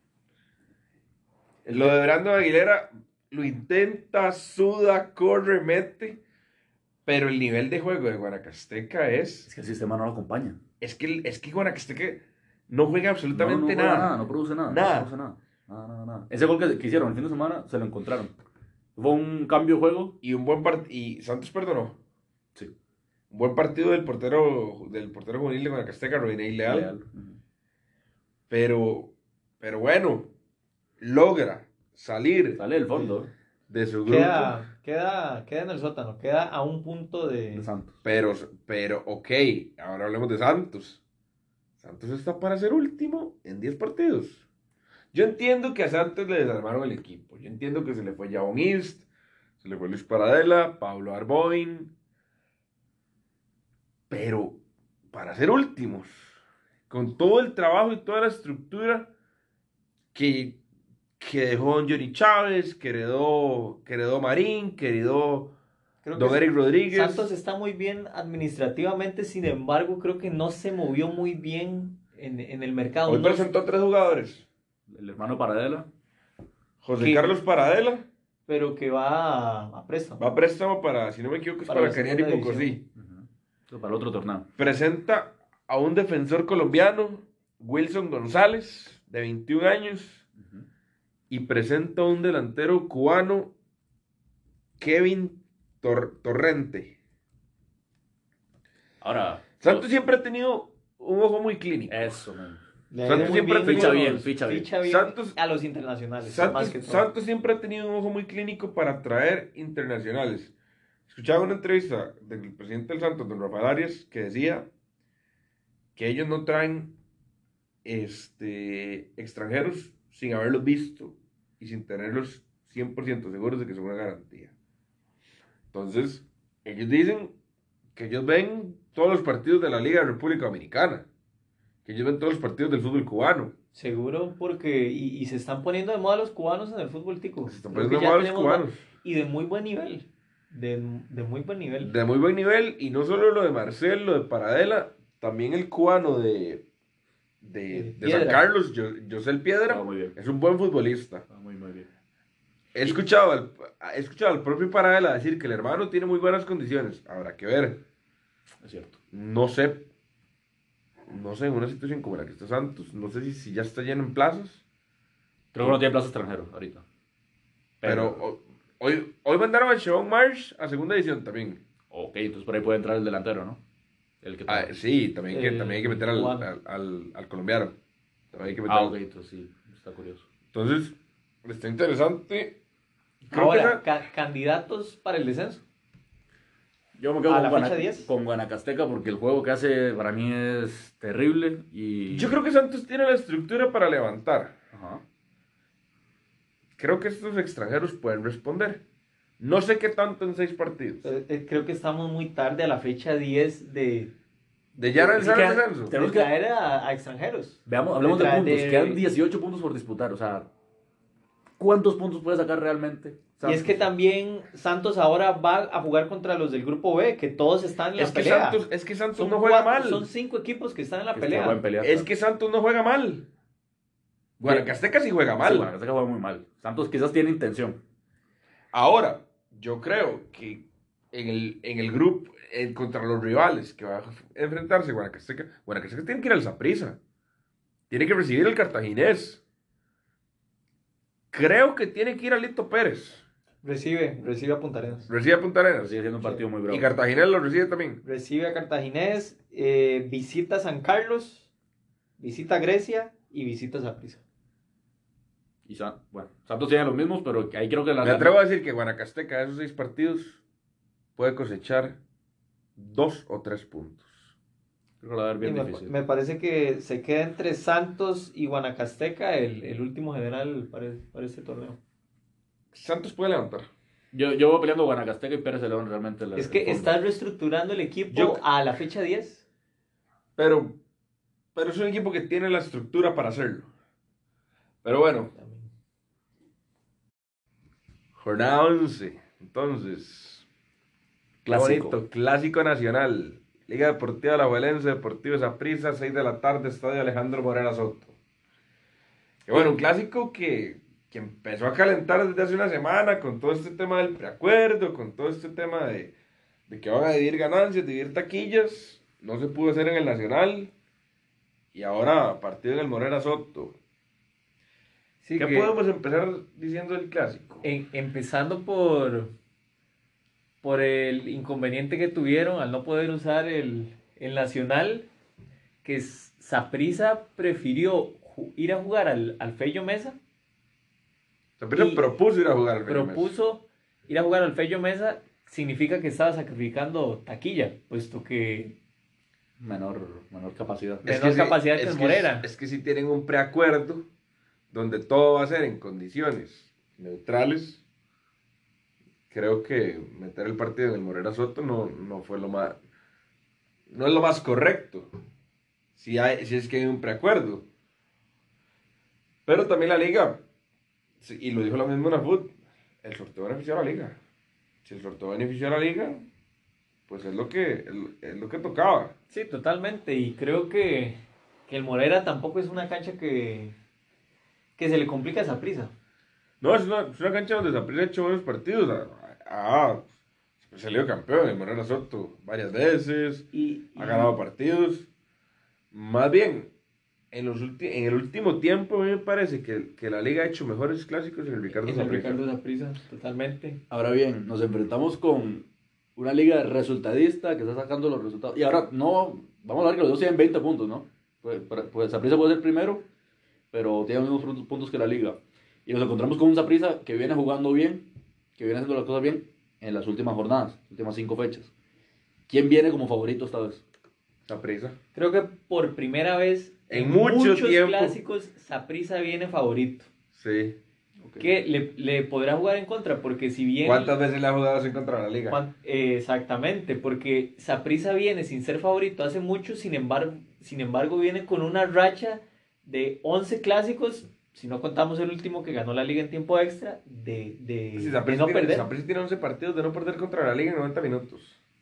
Lo de Brandon Aguilera lo intenta, suda, corre, mete, pero el nivel de juego de Guanacasteca es... Es que el sistema no lo acompaña. Es que, es que Guanacasteca no juega absolutamente no, no juega nada. No produce nada. Nada. No produce nada. Nada, nada, nada. Ese gol que, que hicieron el fin de semana se lo encontraron. Fue un cambio de juego. Y un buen partido. Y Santos perdonó. Sí. Un buen partido del portero del portero juvenil de Guanacasteca, Rodinei Leal. Leal. Ujú. Pero, pero bueno, logra salir Sale del fondo de su grupo. Queda, queda, queda en el sótano, queda a un punto de... de Santos. Pero, pero, ok, ahora hablemos de Santos. Santos está para ser último en diez partidos. Yo entiendo que a Santos le desarmaron el equipo. Yo entiendo que se le fue Javon East, se le fue Luis Paradela, Pablo Arboin. Pero para ser últimos, con todo el trabajo y toda la estructura que, que dejó don Johnny Chávez, que heredó, que heredó Marín, que heredó Creo don que Eric Rodríguez. Santos está muy bien administrativamente, sin embargo, creo que no se movió muy bien en, en el mercado. Hoy No- presentó a tres jugadores. El hermano Paradela. José ¿Qué? Carlos Paradela pero que va a, a préstamo. va a préstamo para, si no me equivoco, es Para para, la Cañar y segunda Pocosí. Ujú. Eso para el otro torneo. Presenta a un defensor colombiano, Wilson González, de veintiún años, Ujú. y presenta a un delantero cubano, Kevin Tor- Torrente. Ahora. Santos siempre ha tenido un ojo muy clínico. Eso, man. Le ha Santos ido muy siempre ha bien, tenido- Ficha bien, ficha bien. ficha bien Santos- a los internacionales. Santos, más que todo. Santos siempre ha tenido un ojo muy clínico para atraer internacionales. Escuchaba una entrevista del presidente del Santos, don Rafael Arias, que decía que ellos no traen este, extranjeros sin haberlos visto y sin tenerlos cien por ciento seguros de que son una garantía. Entonces, ellos dicen que ellos ven todos los partidos de la Liga de República Dominicana, que ellos ven todos los partidos del fútbol cubano. Seguro, porque. Y, y se están poniendo de moda los cubanos en el fútbol tico. Se están Creo poniendo que de ya moda los tenemos cubanos. va- Y de muy buen nivel. De, de muy buen nivel. De muy buen nivel, y no solo lo de Marcel, lo de Paradela, también el cubano de, de, Eh, de San Piedra. Carlos, Yo- José Piedra, Ah, muy bien. es un buen futbolista. Ah, muy, muy bien. He escuchado, al, he escuchado al propio Paradela decir que el hermano tiene muy buenas condiciones. Habrá que ver. Es cierto. No sé. No sé, en una situación como la que está Santos, no sé si, si ya está lleno en plazos. Creo que no tiene plazo extranjero ahorita. Pero, ho- hoy, hoy mandaron a Chevon Marsh a segunda edición también. Ok, entonces por ahí puede entrar el delantero, ¿no? El que Ah, sí, también, hay que, El también hay que meter al, cubano. al, al- al colombiano. También hay que meter Ah, al- ok, entonces sí, está curioso. Entonces, está interesante. Creo Ahora, que esa- ca- candidatos para el descenso. Yo me quedo ¿A con, la Guana- fecha diez? con Guanacasteca porque el juego que hace para mí es terrible y... yo creo que Santos tiene la estructura para levantar. Ajá. Creo que estos extranjeros pueden responder. No sé qué tanto en seis partidos. Eh, eh, creo que estamos muy tarde a la fecha diez de, De ya Es lanzar que- el descenso. de Tenemos que- traer a, a extranjeros. Veamos, hablemos de Detrás puntos. de- Quedan dieciocho puntos por disputar. O sea, ¿cuántos puntos puede sacar realmente? Y es que también Santos ahora va a jugar contra los del grupo B, que todos están en la Es que pelea. Santos, es que Santos son no juega cuatro- mal. Son cinco equipos que están en la Que pelea. está buen pelea, Es claro. que Santos no juega mal. Guanacasteca sí juega Sí, mal. Guanacasteca juega muy mal. Santos quizás tiene intención. Ahora, yo creo que en el, en el grupo, eh, contra los rivales que va a enfrentarse Guanacasteca, Guanacasteca tiene que ir al Saprissa. Tiene que recibir el Cartaginés. Creo que tiene que ir a Lito Pérez. Recibe, recibe a Punta Arenas. Recibe a Punta Arenas. Sigue siendo un partido muy bravo. Y Cartaginés lo recibe también. Recibe a Cartaginés, eh, visita San Carlos, visita Grecia y visita Saprissa. Y San- bueno, Santos tiene los mismos, pero ahí creo que la... Me atrevo a decir que Guanacasteca de esos seis partidos puede cosechar dos o tres puntos. Creo que la va a ver bien Y me, difícil. me parece que se queda entre Santos y Guanacasteca el, el último general para, para este torneo. Santos puede levantar. Yo, yo voy peleando Guanacasteca y Pérez León realmente. la- Es que el fondo. está reestructurando el equipo Yo- a la fecha diez. Pero, pero es un equipo que tiene la estructura para hacerlo. Pero bueno, jornada once. Entonces, qué Clásico. bonito, clásico nacional. Liga Deportiva Alajuelense, Deportivo Saprissa, seis de la tarde, Estadio Alejandro Morera Soto. Y bueno, un clásico que, que empezó a calentar desde hace una semana con todo este tema del preacuerdo, con todo este tema de, de que van a dividir ganancias, dividir taquillas. No se pudo hacer en el Nacional. Y ahora partido en el Morera Soto. Sí, ¿Qué que- podemos empezar diciendo del clásico? en- empezando por, por el inconveniente que tuvieron al no poder usar el, el Nacional, que Saprissa prefirió ju- ir a jugar al, al Fello Mesa, Saprissa y propuso ir a jugar al Fello Mesa. propuso ir a jugar al Fello Mesa, significa que estaba sacrificando taquilla, puesto que Menor, menor capacidad. Es menor sí- capacidad que es el Morera. Es que si tienen un preacuerdo donde todo va a ser en condiciones neutrales, creo que meter el partido en el Morera Soto no, no fue lo más, no es lo más correcto. Si, hay, si es que hay un preacuerdo. Pero también la liga, sí, y lo dijo la misma Unafut, el sorteo benefició a la liga. Si el sorteo benefició a la liga, pues es lo que, es lo que tocaba. sí, totalmente, y creo que, que el Morera tampoco es una cancha que, que se le complica a Saprissa. No, es una, es una cancha donde Saprissa ha hecho buenos partidos. Ah, ha salido campeón el Morera Soto varias veces, Y, ha y- ganado partidos. Más bien, en, los ulti- en el último tiempo a mí me parece que, que la liga ha hecho mejores clásicos en el Ricardo en el Saprissa. Ricardo Saprissa, totalmente. Ahora bien, nos enfrentamos con una liga resultadista que está sacando los resultados. Y ahora no, vamos a ver que los dos tienen veinte puntos, ¿no? Pues, pues Saprissa puede ser primero, pero tiene los mismos puntos que la Liga. Y nos encontramos con un Saprissa que viene jugando bien, que viene haciendo las cosas bien en las últimas jornadas, últimas cinco fechas. ¿Quién viene como favorito esta vez? Saprissa. Creo que por primera vez En mucho muchos tiempo. clásicos Saprissa viene favorito. Sí. Okay. Que le, le podrá jugar en contra, porque si bien... ¿Cuántas veces le ha jugado en contra de la Liga? cuan- eh, exactamente, porque Saprissa viene sin ser favorito hace mucho, sin embargo, sin embargo viene con una racha de once clásicos, si no contamos el último que ganó la Liga en tiempo extra, de, de, Sí, de Saprissa no tiene, perder. Saprissa tiene once partidos de no perder contra la Liga en noventa minutos.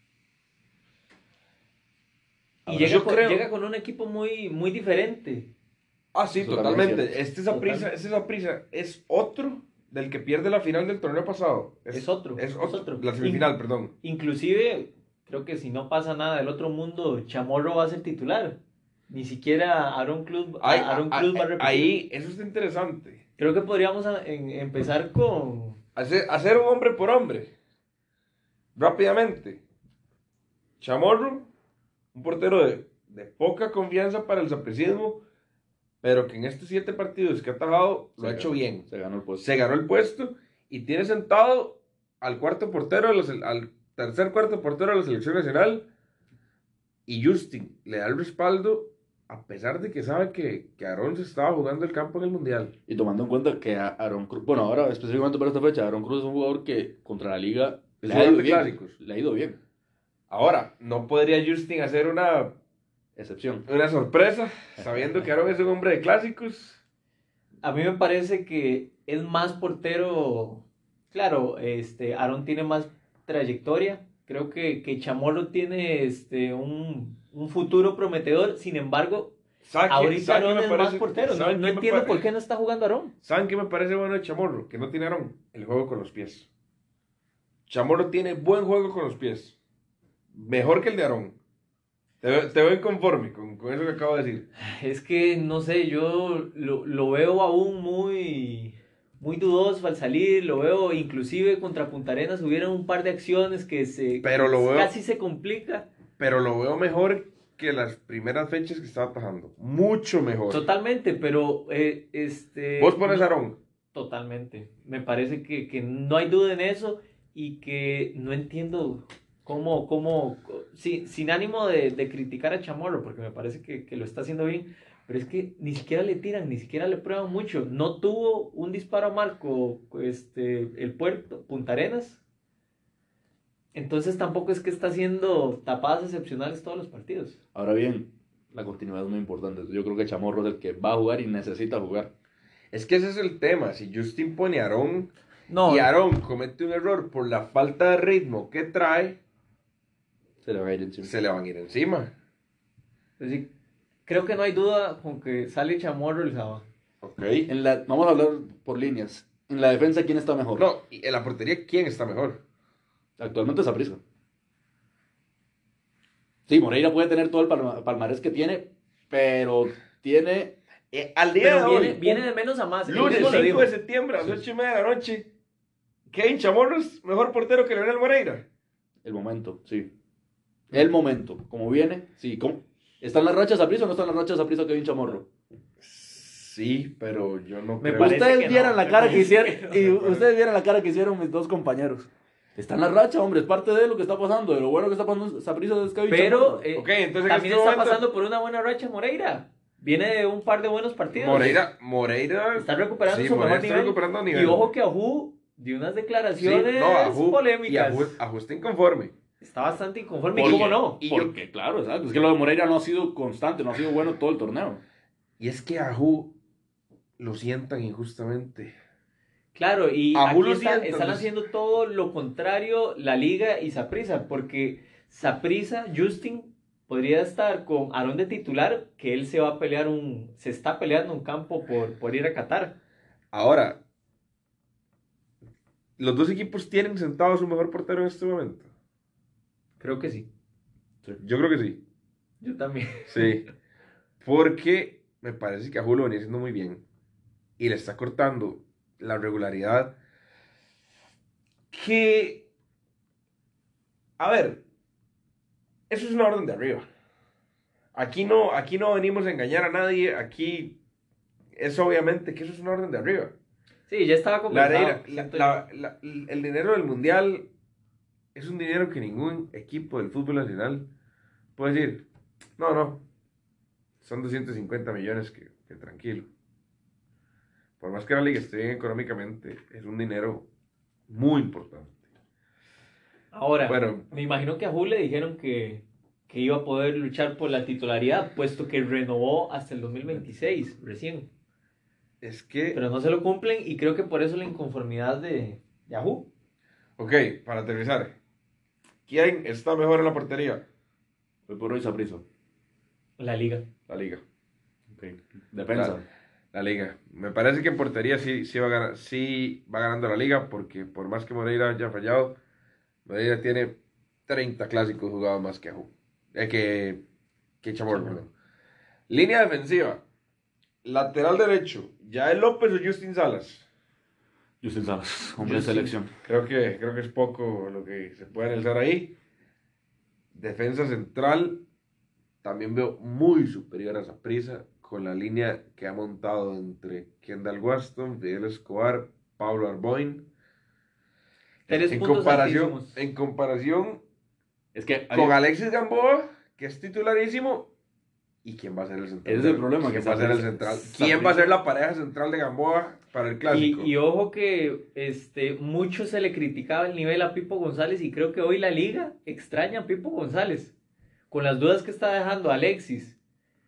Y Ahora, llega yo con, creo- llega con un equipo muy, muy diferente. Ah, sí, Eso también es totalmente. cierto. Este Saprissa, este Saprissa es otro del que pierde la final del torneo pasado. Es otro, Es es otro. otro. La semifinal, In- perdón. Inclusive, creo que si no pasa nada del otro mundo, Chamorro va a ser titular. Ni siquiera Aaron Cruz, Ahí, Aaron a- Cruz va a a- repetir. ahí, eso está interesante. Creo que podríamos a- en- empezar con... Hacer, hacer un hombre por hombre. Rápidamente. Chamorro, un portero de, de poca confianza para el sapricismo, pero que en estos siete partidos que ha atajado lo Se ha hecho ganó- bien. Se ganó el puesto. Se ganó el puesto y tiene sentado al cuarto portero, de la se- al tercer cuarto portero de la selección nacional. Y Justin le da el respaldo a pesar de que sabe que, que Aarón se estaba jugando el campo en el Mundial. Y tomando en cuenta que a Aaron Cruz, bueno, ahora específicamente para esta fecha, Aaron Cruz es un jugador que contra la Liga Es le ha jugador ido de bien. clásicos. Le ha ido bien. Ahora, no podría Justin hacer una, Excepción. una sorpresa sabiendo que Aarón es un hombre de clásicos. A mí me parece que es más portero. Claro, este, Aaron tiene más trayectoria. Creo que, que Chamorro tiene este, un, un futuro prometedor. Sin embargo, ¿Sabe qué- ahorita sabe qué Aaron me es parece- más portero. No, sabe no qué me entiendo pare- por qué no está jugando Aaron. ¿Saben qué me parece bueno de Chamorro? Que no tiene Aarón, el juego con los pies. Chamorro tiene buen juego con los pies. Mejor que el de Aarón. Te, veo- te veo inconforme con, con eso que acabo de decir. Es que, no sé, yo lo, lo veo aún muy, muy dudoso al salir. Lo veo inclusive contra Punta Arenas. Hubieron un par de acciones que se Pero lo veo- casi se complica. Pero lo veo mejor que las primeras fechas que estaba atajando. Mucho mejor. Totalmente, pero eh, este... Vos pones a Aarón. Totalmente. Me parece que, que no hay duda en eso y que no entiendo cómo, cómo sí, sin ánimo de, de criticar a Chamorro, porque me parece que, que lo está haciendo bien, pero es que ni siquiera le tiran, ni siquiera le prueban mucho. No tuvo un disparo a marco este, el Puerto, Punta Arenas. Entonces tampoco es que está haciendo tapadas excepcionales todos los partidos. Ahora bien, la continuidad es muy importante. Yo creo que Chamorro es el que va a jugar y necesita jugar. Es que ese es el tema. Si Justin pone a Aarón No, y Aarón comete un error por la falta de ritmo que trae, Se le va a ir encima. se le van a ir encima. es decir, creo que no hay duda con que sale Chamorro el sábado. Ok. En la, vamos a hablar por líneas. En la defensa, ¿quién está mejor? No, y en la portería, ¿quién está mejor? Actualmente es Saprissa. Sí, Moreira puede tener todo el palma- palmarés que tiene, pero tiene... Eh, al día Pero de hoy, viene, viene de menos a más. Él lunes mismo lo cinco dijo. de septiembre a las ocho y media de la noche, Kevin Chamorro es mejor portero que Leonel Moreira. El momento, sí. El momento. Como viene, sí. ¿Cómo? ¿Está en la racha Saprissa o no está en la racha Saprissa Kevin Chamorro? Sí, pero yo no Me creo. parece Ustedes que vieran no, la me cara que parece hicieron que y no. ustedes vieran la cara que hicieron mis dos compañeros. Está en la racha, hombre, es parte de lo que está pasando, de lo bueno que está pasando Saprissa es Kevin Pero Chamorro. eh, Ok, entonces en también este está momento- pasando por una buena racha Moreira. Viene de un par de buenos partidos. Moreira, Moreira. Está recuperando sí, su Moreira mejor está nivel. recuperando nivel. Y ojo que Ajú dio unas Sí, declaraciones no, Ajú- Y polémicas. Ajú, Ajú está inconforme. Está bastante inconforme. ¿Por ¿Y cómo qué? no? Y yo- Porque, claro, exacto. Es que lo de Moreira no ha sido constante, no ha sido bueno todo el torneo. Y es que a Ajú lo sientan injustamente. Claro, y Ajú aquí lo está- siento, están pues. haciendo todo lo contrario la Liga y Saprissa, porque Saprissa, Justin, podría estar con Aarón de titular, que él se va a pelear un, se está peleando un campo por, por ir a Qatar. Ahora, los dos equipos tienen sentado a su mejor portero en este momento. Creo que sí. Yo creo que sí. Yo también. Sí. Porque me parece que Ajú lo venía haciendo muy bien. Y le está cortando la regularidad. Que. A ver. Eso es una orden de arriba. Aquí no, aquí no venimos a engañar a nadie, aquí es obviamente que eso es una orden de arriba. Sí, ya estaba La, conversado. la- siento la- la- el dinero del mundial es un dinero que ningún equipo del fútbol nacional puede decir, no, no, son doscientos cincuenta millones que, que tranquilo. Por más que la liga esté bien económicamente, es un dinero muy importante. Ahora, Bueno, me imagino que a Ju le dijeron que, que iba a poder luchar por la titularidad, puesto que renovó hasta el dos mil veintiséis, recién. es que, Pero no se lo cumplen y creo que por eso la inconformidad de Yahoo. ok, para aterrizar, ¿quién está mejor en la portería? Hoy por hoy Saprissa. La liga. La liga. Ok. Defensa. La, la liga. Me parece que en portería sí, sí, va, ganar, sí va ganando la liga, porque por más que Moreira haya fallado, Moreira tiene treinta clásicos jugados más que Ajú. Eh, que, que Chamorro, perdón. Línea defensiva. Lateral derecho. ¿Yael López o Justin Salas? Justin Salas, hombre de Justin. selección. Creo que, creo que es poco lo que se puede analizar ahí. Defensa central. También veo muy superior a Saprissa con la línea que ha montado entre Kendall Waston, Fidel Escobar, Pablo Arboin. Tres En puntos comparación, altísimos. en comparación Es que hay- con Alexis Gamboa, que es titularísimo, ¿y quién va a ser el central? Ese es el problema, ¿Quién que va a ser el Saprissa- central? Saprissa- ¿Quién va a ser la pareja central de Gamboa para el Y, clásico? y ojo que este, mucho se le criticaba el nivel a Pipo González y creo que hoy la liga extraña a Pipo González. Con las dudas que está dejando Alexis.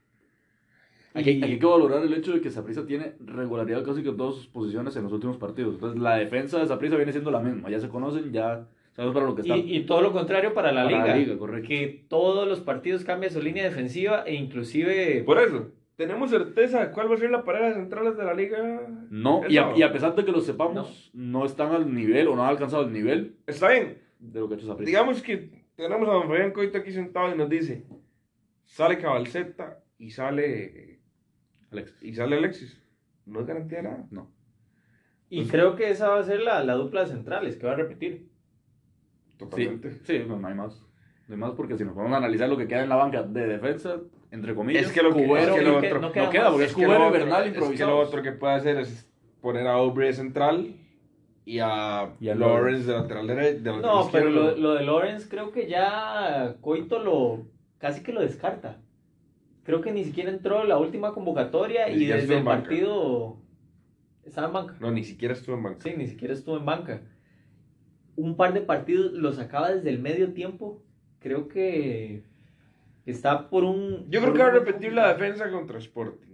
Aquí, Y- aquí hay que valorar el hecho de que Saprissa tiene regularidad casi que en todas sus posiciones en los últimos partidos. Entonces, la defensa de Saprissa viene siendo la misma. Ya se conocen, ya sabemos para lo que están. Y, y todo lo contrario para la Para liga. la liga, correcto. Que todos los partidos cambian su línea defensiva e inclusive... Por eso, ¿tenemos certeza de cuál va a ser la pareja central de la liga? No, el y a, sábado? y a pesar de que lo sepamos, no. están al nivel o no han alcanzado el nivel Está bien. de lo que ha hecho Saprissa. Digamos que tenemos a don Fabián Coito aquí sentado y nos dice, sale Cabalceta y sale, Alex. y sale Alexis. No es garantía de nada. No. Y creo que esa va a ser la, la dupla de centrales que va a repetir. Sí, Totalmente. sí, no, no hay más. No hay más porque si nos podemos analizar lo que queda en la banca de defensa, entre comillas, Es que lo que- Cubero, es que lo no que- otro- no no queda queda más. porque Es es que lo Cubero y otro- Bernal es que improvisados. lo otro que puede hacer es poner a Aubrey de central y a, Y a Lawrence de lateral derecho. De lateral No, pero izquierdo. lo, lo de Lawrence creo que ya Coito lo casi que lo descarta. Creo que ni siquiera entró en la última convocatoria Ni y siquiera desde estuvo el en banca. partido estaba en banca. No, ni siquiera estuvo en banca. Sí, ni siquiera estuvo en banca. Un par de partidos los sacaba desde el medio tiempo. Creo que está por un... Yo creo por que va a un- repetir la defensa contra Sporting.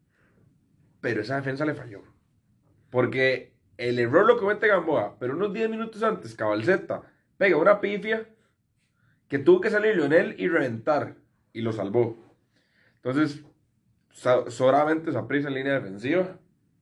Pero esa defensa le falló. Porque el error lo comete Gamboa, pero unos diez minutos antes, Cabalceta pega una pifia que tuvo que salir Lionel y reventar. Y lo salvó. Entonces, so- solamente Saprissa en línea defensiva.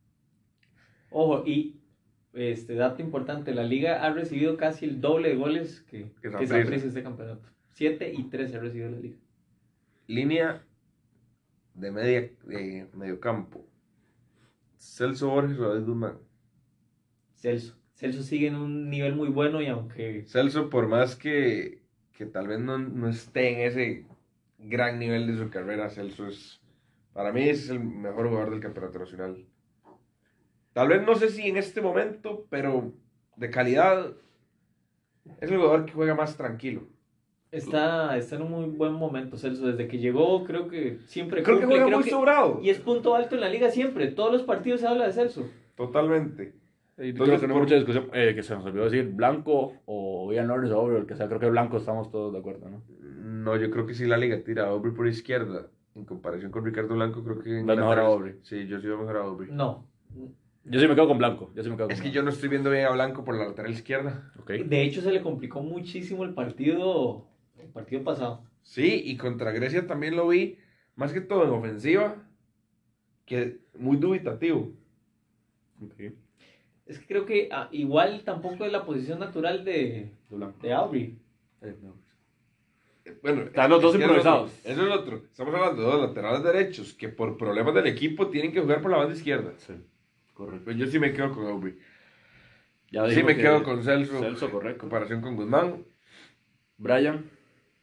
Ojo, y este dato importante, la liga ha recibido casi el doble de goles que, Que que Saprissa. Saprissa este campeonato. siete y tres ha recibido la liga. Línea de media de medio campo. Celso Borges o David Guzmán. Celso. Celso sigue en un nivel muy bueno y aunque Celso, por más que, que tal vez no, no esté en ese gran nivel de su carrera, Celso es, para mí es el mejor jugador del campeonato nacional. Tal vez no sé si en este momento, pero de calidad es el jugador que juega más tranquilo. está, está en un muy buen momento Celso. Desde que llegó creo que siempre Creo que cumple, juega creo muy que- sobrado. y es punto alto en la liga siempre. Todos los partidos se habla de Celso. Totalmente. Y Entonces, creo que no hay por- mucha discusión, eh, que se nos olvidó decir Blanco o Ian Lawrence o Aubrey, el que sea, creo que Blanco estamos todos de acuerdo, ¿no? No, yo creo que sí la liga tira a Aubrey por izquierda. En comparación con Ricardo Blanco, creo que... en Va mejor a laterales- Aubrey. Sí, yo sí veo mejor a Aubrey. No. Yo sí me quedo con Blanco, yo sí me quedo con Es que Blanco. yo no estoy viendo bien a Blanco por la lateral izquierda. Ok. De hecho se le complicó muchísimo el partido, el partido pasado. Sí, y contra Grecia también lo vi, más que todo en ofensiva, que muy dubitativo. Ok. Es que creo que ah, igual tampoco es la posición natural de, De Blanco. de Aubrey. Eh, no. Eh, Bueno, Están los dos es que improvisados. Eso es, lo otro, eso es lo otro. Estamos hablando de dos laterales derechos que por problemas del equipo tienen que jugar por la banda izquierda. Sí, correcto. Pues yo sí me quedo con Aubrey. Ya Sí dijimos me que quedo con Celso, Celso, en correcto. comparación con Guzmán. Brian,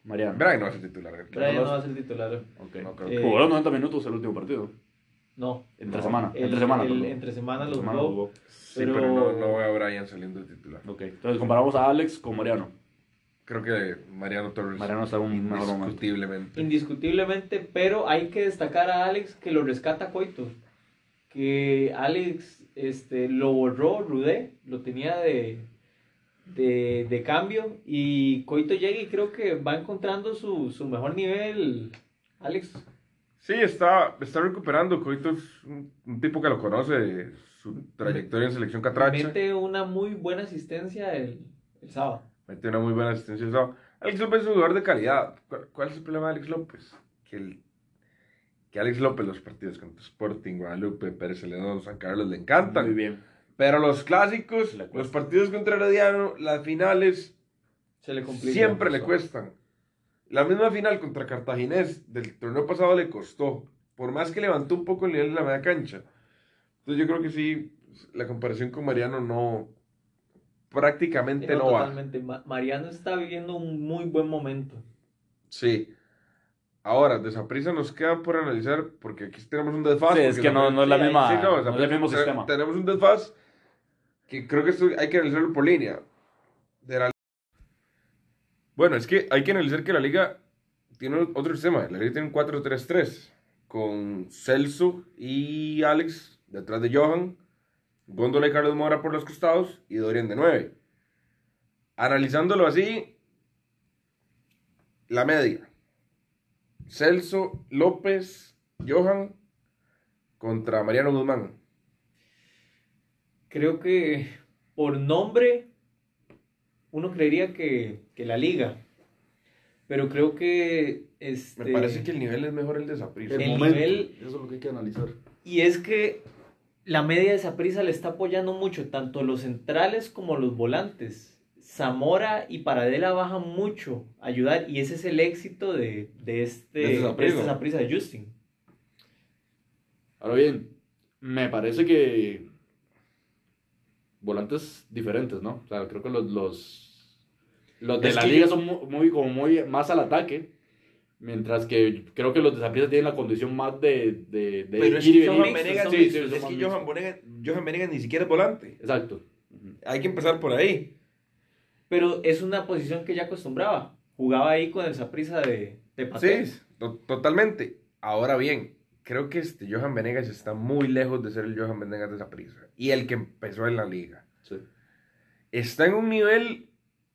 Mariano. Brian no va a ser titular. Brian no va a ser titular. Ok. No creo Eh, que- Jugó los noventa minutos el último partido. No. Entre No, semana. El- entre semana, el- perdón. entre semana Entre lo semana jugó. Sí, pero, pero- no, no veo a Brian saliendo de titular. Ok. Entonces comparamos a Alex con Mariano. Creo que Mariano Torres. Mariano está en un mejor momento. Indiscutiblemente. Indiscutiblemente, pero hay que destacar a Alex que lo rescata Coito. Que Alex este, lo borró, Rudé, lo tenía de, de, de cambio. Y Coito llega y creo que va encontrando su, su mejor nivel, Alex. Sí, está, está recuperando. Coito es un, un tipo que lo conoce, de su trayectoria en selección catracha. Mete una muy buena asistencia el, el sábado. Mete una muy buena asistencia. ¿No? Alex López es un jugador de calidad. ¿Cuál, cuál es el problema de Alex López? Que, el, que Alex López los partidos contra Sporting, Guadalupe, Pérez Celedón, San Carlos le encantan. Muy bien. Pero los clásicos, Le cuesta. los partidos contra Herediano, las finales, Se le complica. siempre le cuestan. La misma final contra Cartaginés del torneo pasado le costó. Por más que levantó un poco el nivel de la media cancha. Entonces yo creo que sí, la comparación con Mariano no... Prácticamente No, no va. totalmente. Ma- Mariano está viviendo un muy buen momento. Sí. Ahora, de Saprissa nos queda por analizar, porque aquí tenemos un desfase. Sí, es porque que no, no es la sí, misma. Sí, no, no, es el mismo te- sistema. Tenemos un desfase que creo que esto hay que analizarlo por línea. De la... Bueno, es que hay que analizar que la liga tiene otro sistema. La liga tiene un cuatro tres tres con Celso y Alex detrás de Johan, Góndola y Carlos Mora por los costados y Dorian de nueve. Analizándolo así, la media. Celso, López, Johan contra Mariano Guzmán. Creo que por nombre uno creería que, que la liga. Pero creo que este Me parece que el nivel es mejor el de Saprissa. El El momento. nivel- Eso es lo que hay que analizar. y es que la media de Saprissa le está apoyando mucho tanto los centrales como los volantes. Zamora y Paradela bajan mucho a ayudar y ese es el éxito de, de este De este de Saprissa. este Saprissa de Justin. Ahora bien, me parece que volantes diferentes, ¿no? O sea, creo que los, los, los de Es la que liga yo- son mu- muy, como muy más al ataque, mientras que creo que los de Saprissa tienen la condición más de, de, de Pero es ir y que venir. Johan mixtos, Venegas, son Sí, sí, sí, es son que más Johan mixtos. Venegas, Johan Venegas ni siquiera es volante. Exacto. Ujú. Hay que empezar por ahí. Pero es una posición que ya acostumbraba. Jugaba ahí con el Saprissa de, de Patel. Sí, to- totalmente. Ahora bien, creo que este Johan Venegas está muy lejos de ser el Johan Venegas de Saprissa. Y el que empezó en la liga. Sí. Está en un nivel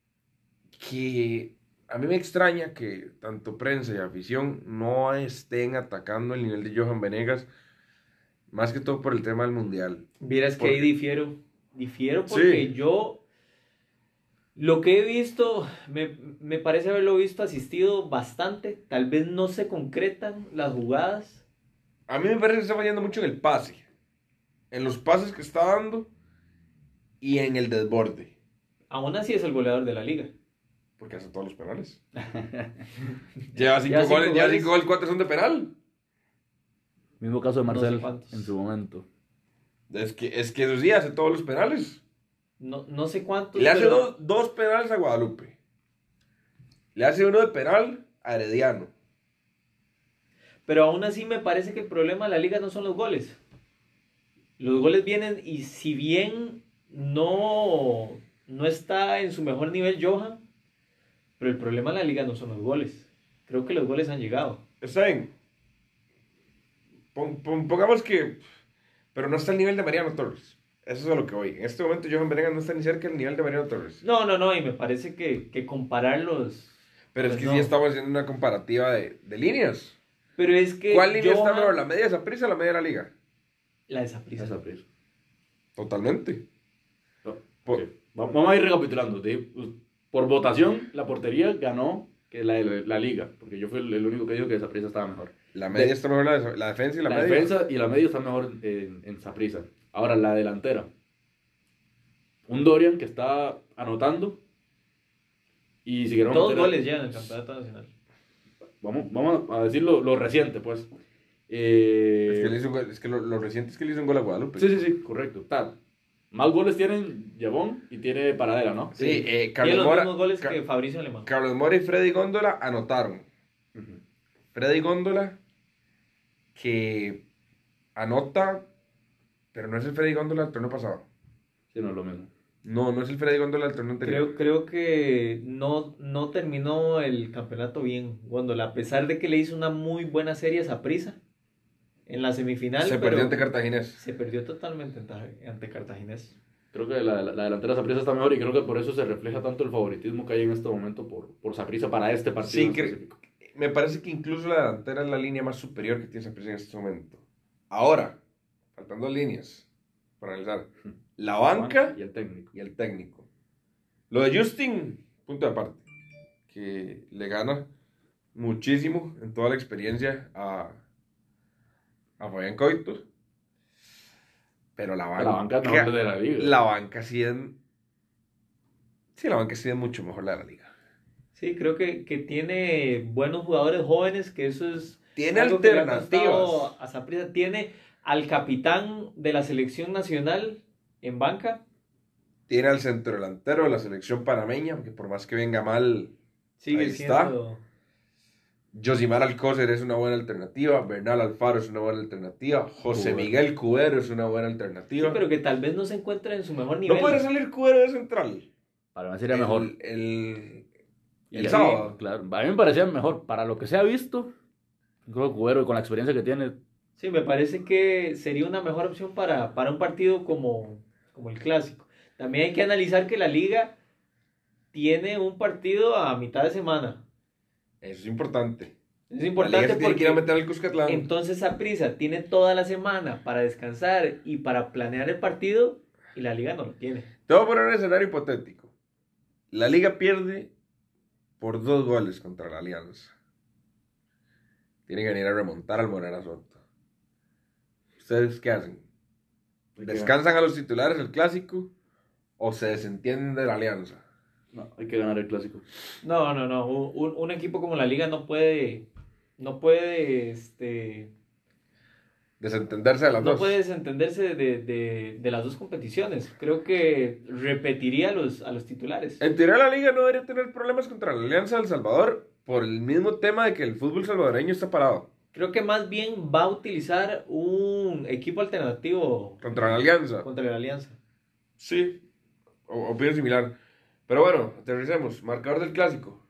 que a mí me extraña que tanto prensa y afición no estén atacando el nivel de Johan Venegas, más que todo por el tema del mundial. Vieras que Porque- ahí difiero. Difiero porque Sí. yo lo que he visto, me, me parece haberlo visto asistido bastante. Tal vez no se concretan las jugadas. A mí me parece que está fallando mucho en el pase, en los pases que está dando y en el desborde, Aún así es el goleador de la liga. porque hace todos los penales. Lleva cinco Ya cinco goles, ya goles. cinco goles, cuatro son de penal. Mismo caso de No sé Marcel cuántos. en su momento. Es que, es que eso sí, hace todos los penales. No, no sé cuántos. Le hace pero- dos, dos penales a Guadalupe. Le hace uno de penal a Herediano. Pero aún así me parece que el problema de la liga no son los goles. Los goles vienen y si bien no, no está en su mejor nivel Johan, pero el problema de la liga no son los goles. Creo que los goles han llegado. Está bien. Pon- pon- pongamos que... Pero no está al nivel de Mariano Torres. Eso es a lo que voy. En este momento Johan Venegas no está ni cerca del nivel de Mariano Torres. No, no, no, y me parece que, que compararlos... Pero es pues que no. sí estamos haciendo una comparativa de, de líneas. Pero es que... ¿Cuál línea está Johan- mejor? ¿La media de Saprissa o la media de la liga? La de Saprissa. Esa prisa. Totalmente. No, Por- ok. Va- Vamos a ir recapitulando. ¿Sí? Pues, por votación, la portería ganó que la, de la liga, porque yo fui el, el único que dijo que esa prisa estaba mejor. La media De- está mejor, la, de- la defensa y la, La, media. defensa y la media está mejor en, en Saprissa. Ahora, la delantera. Un Dorian que está anotando. Y si queremos Dos meter- goles ya en el campeonato nacional. Vamos, vamos a decir lo, lo reciente, pues. Eh, Es que, le hizo un gol- es que lo, lo reciente es que le hizo un gol a Guadalupe. Sí, sí, sí, correcto. Tal. Más goles tienen Yabón y tiene Paradela, ¿no? Sí, eh, Tiene Carlos los Mora, mismos goles Ca- que Fabricio Alemán. Carlos Mora y Freddy Góndola anotaron. Uh-huh. Freddy Góndola que anota, pero no es el Freddy Góndola del torneo pasado. Sí, no es lo mismo. No, no es el Freddy Góndola del torneo anterior. Creo, creo que no, no terminó el campeonato bien, Góndola, a pesar de que le hizo una muy buena serie a Saprissa en la semifinal. Se pero perdió ante Cartaginés. Se perdió totalmente ante, ante Cartaginés. Creo que la, la, la delantera Saprissa está mejor y creo que por eso se refleja tanto el favoritismo que hay en este momento por, por Saprissa para este partido Sí, en cre- específico. me parece que incluso la delantera es la línea más superior que tiene Saprissa en este momento. Ahora, faltan dos líneas para analizar. La banca y el técnico. y el técnico. Lo de Justin, punto de aparte, que le gana muchísimo en toda la experiencia a, a Fabián Coito. Pero la banca, La banca es mejor de la liga. La banca sí es... Sí, la banca sí es mucho mejor la de la liga. Sí, creo que, que tiene buenos jugadores jóvenes, que eso es... Tiene algo que le ha alternativas. costado a Saprissa. Tiene al capitán de la selección nacional en banca. Tiene al centro delantero de la selección panameña, que por más que venga mal, Sigue ahí está. siendo... Josimar Alcócer es una buena alternativa, Bernal Alfaro es una buena alternativa, José Cubero. Miguel Cubero es una buena Sí, alternativa. pero que tal vez no se encuentra en su mejor nivel. ¿No podría salir Cubero de central? Para mí sería el, mejor. El, Y el ahí, sábado. Claro, a mí me parecía mejor. Para lo que se ha visto, creo que Cubero, con la experiencia que tiene, Sí, me parece que sería una mejor opción para, para un partido como, como el clásico. También hay que analizar que la liga tiene un partido a mitad de semana. Eso es importante. Es La liga importante se tiene que ir a porque meter al Cuscatlán. entonces Saprissa tiene toda la semana para descansar y para planear el partido y la liga no lo tiene. Te voy a poner un escenario hipotético. La liga pierde por dos goles contra la Alianza. Tiene que venir a remontar al Morera Soto. ¿Ustedes qué hacen? ¿Descansan a los titulares el clásico o se desentienden de la Alianza? no, hay que ganar el clásico. No, no, no. Un, un equipo como la liga no puede, no puede, este, Desentenderse de las no dos. puede desentenderse de, de, de las dos competiciones. Creo que repetiría a los, a los titulares. En teoría la liga no debería tener problemas contra la Alianza del Salvador por el mismo tema de que el fútbol salvadoreño está parado. Creo que más bien va a utilizar un equipo alternativo Contra la Alianza. contra la Alianza. Sí, o- opinión similar. Pero bueno, aterricemos. Marcador del clásico.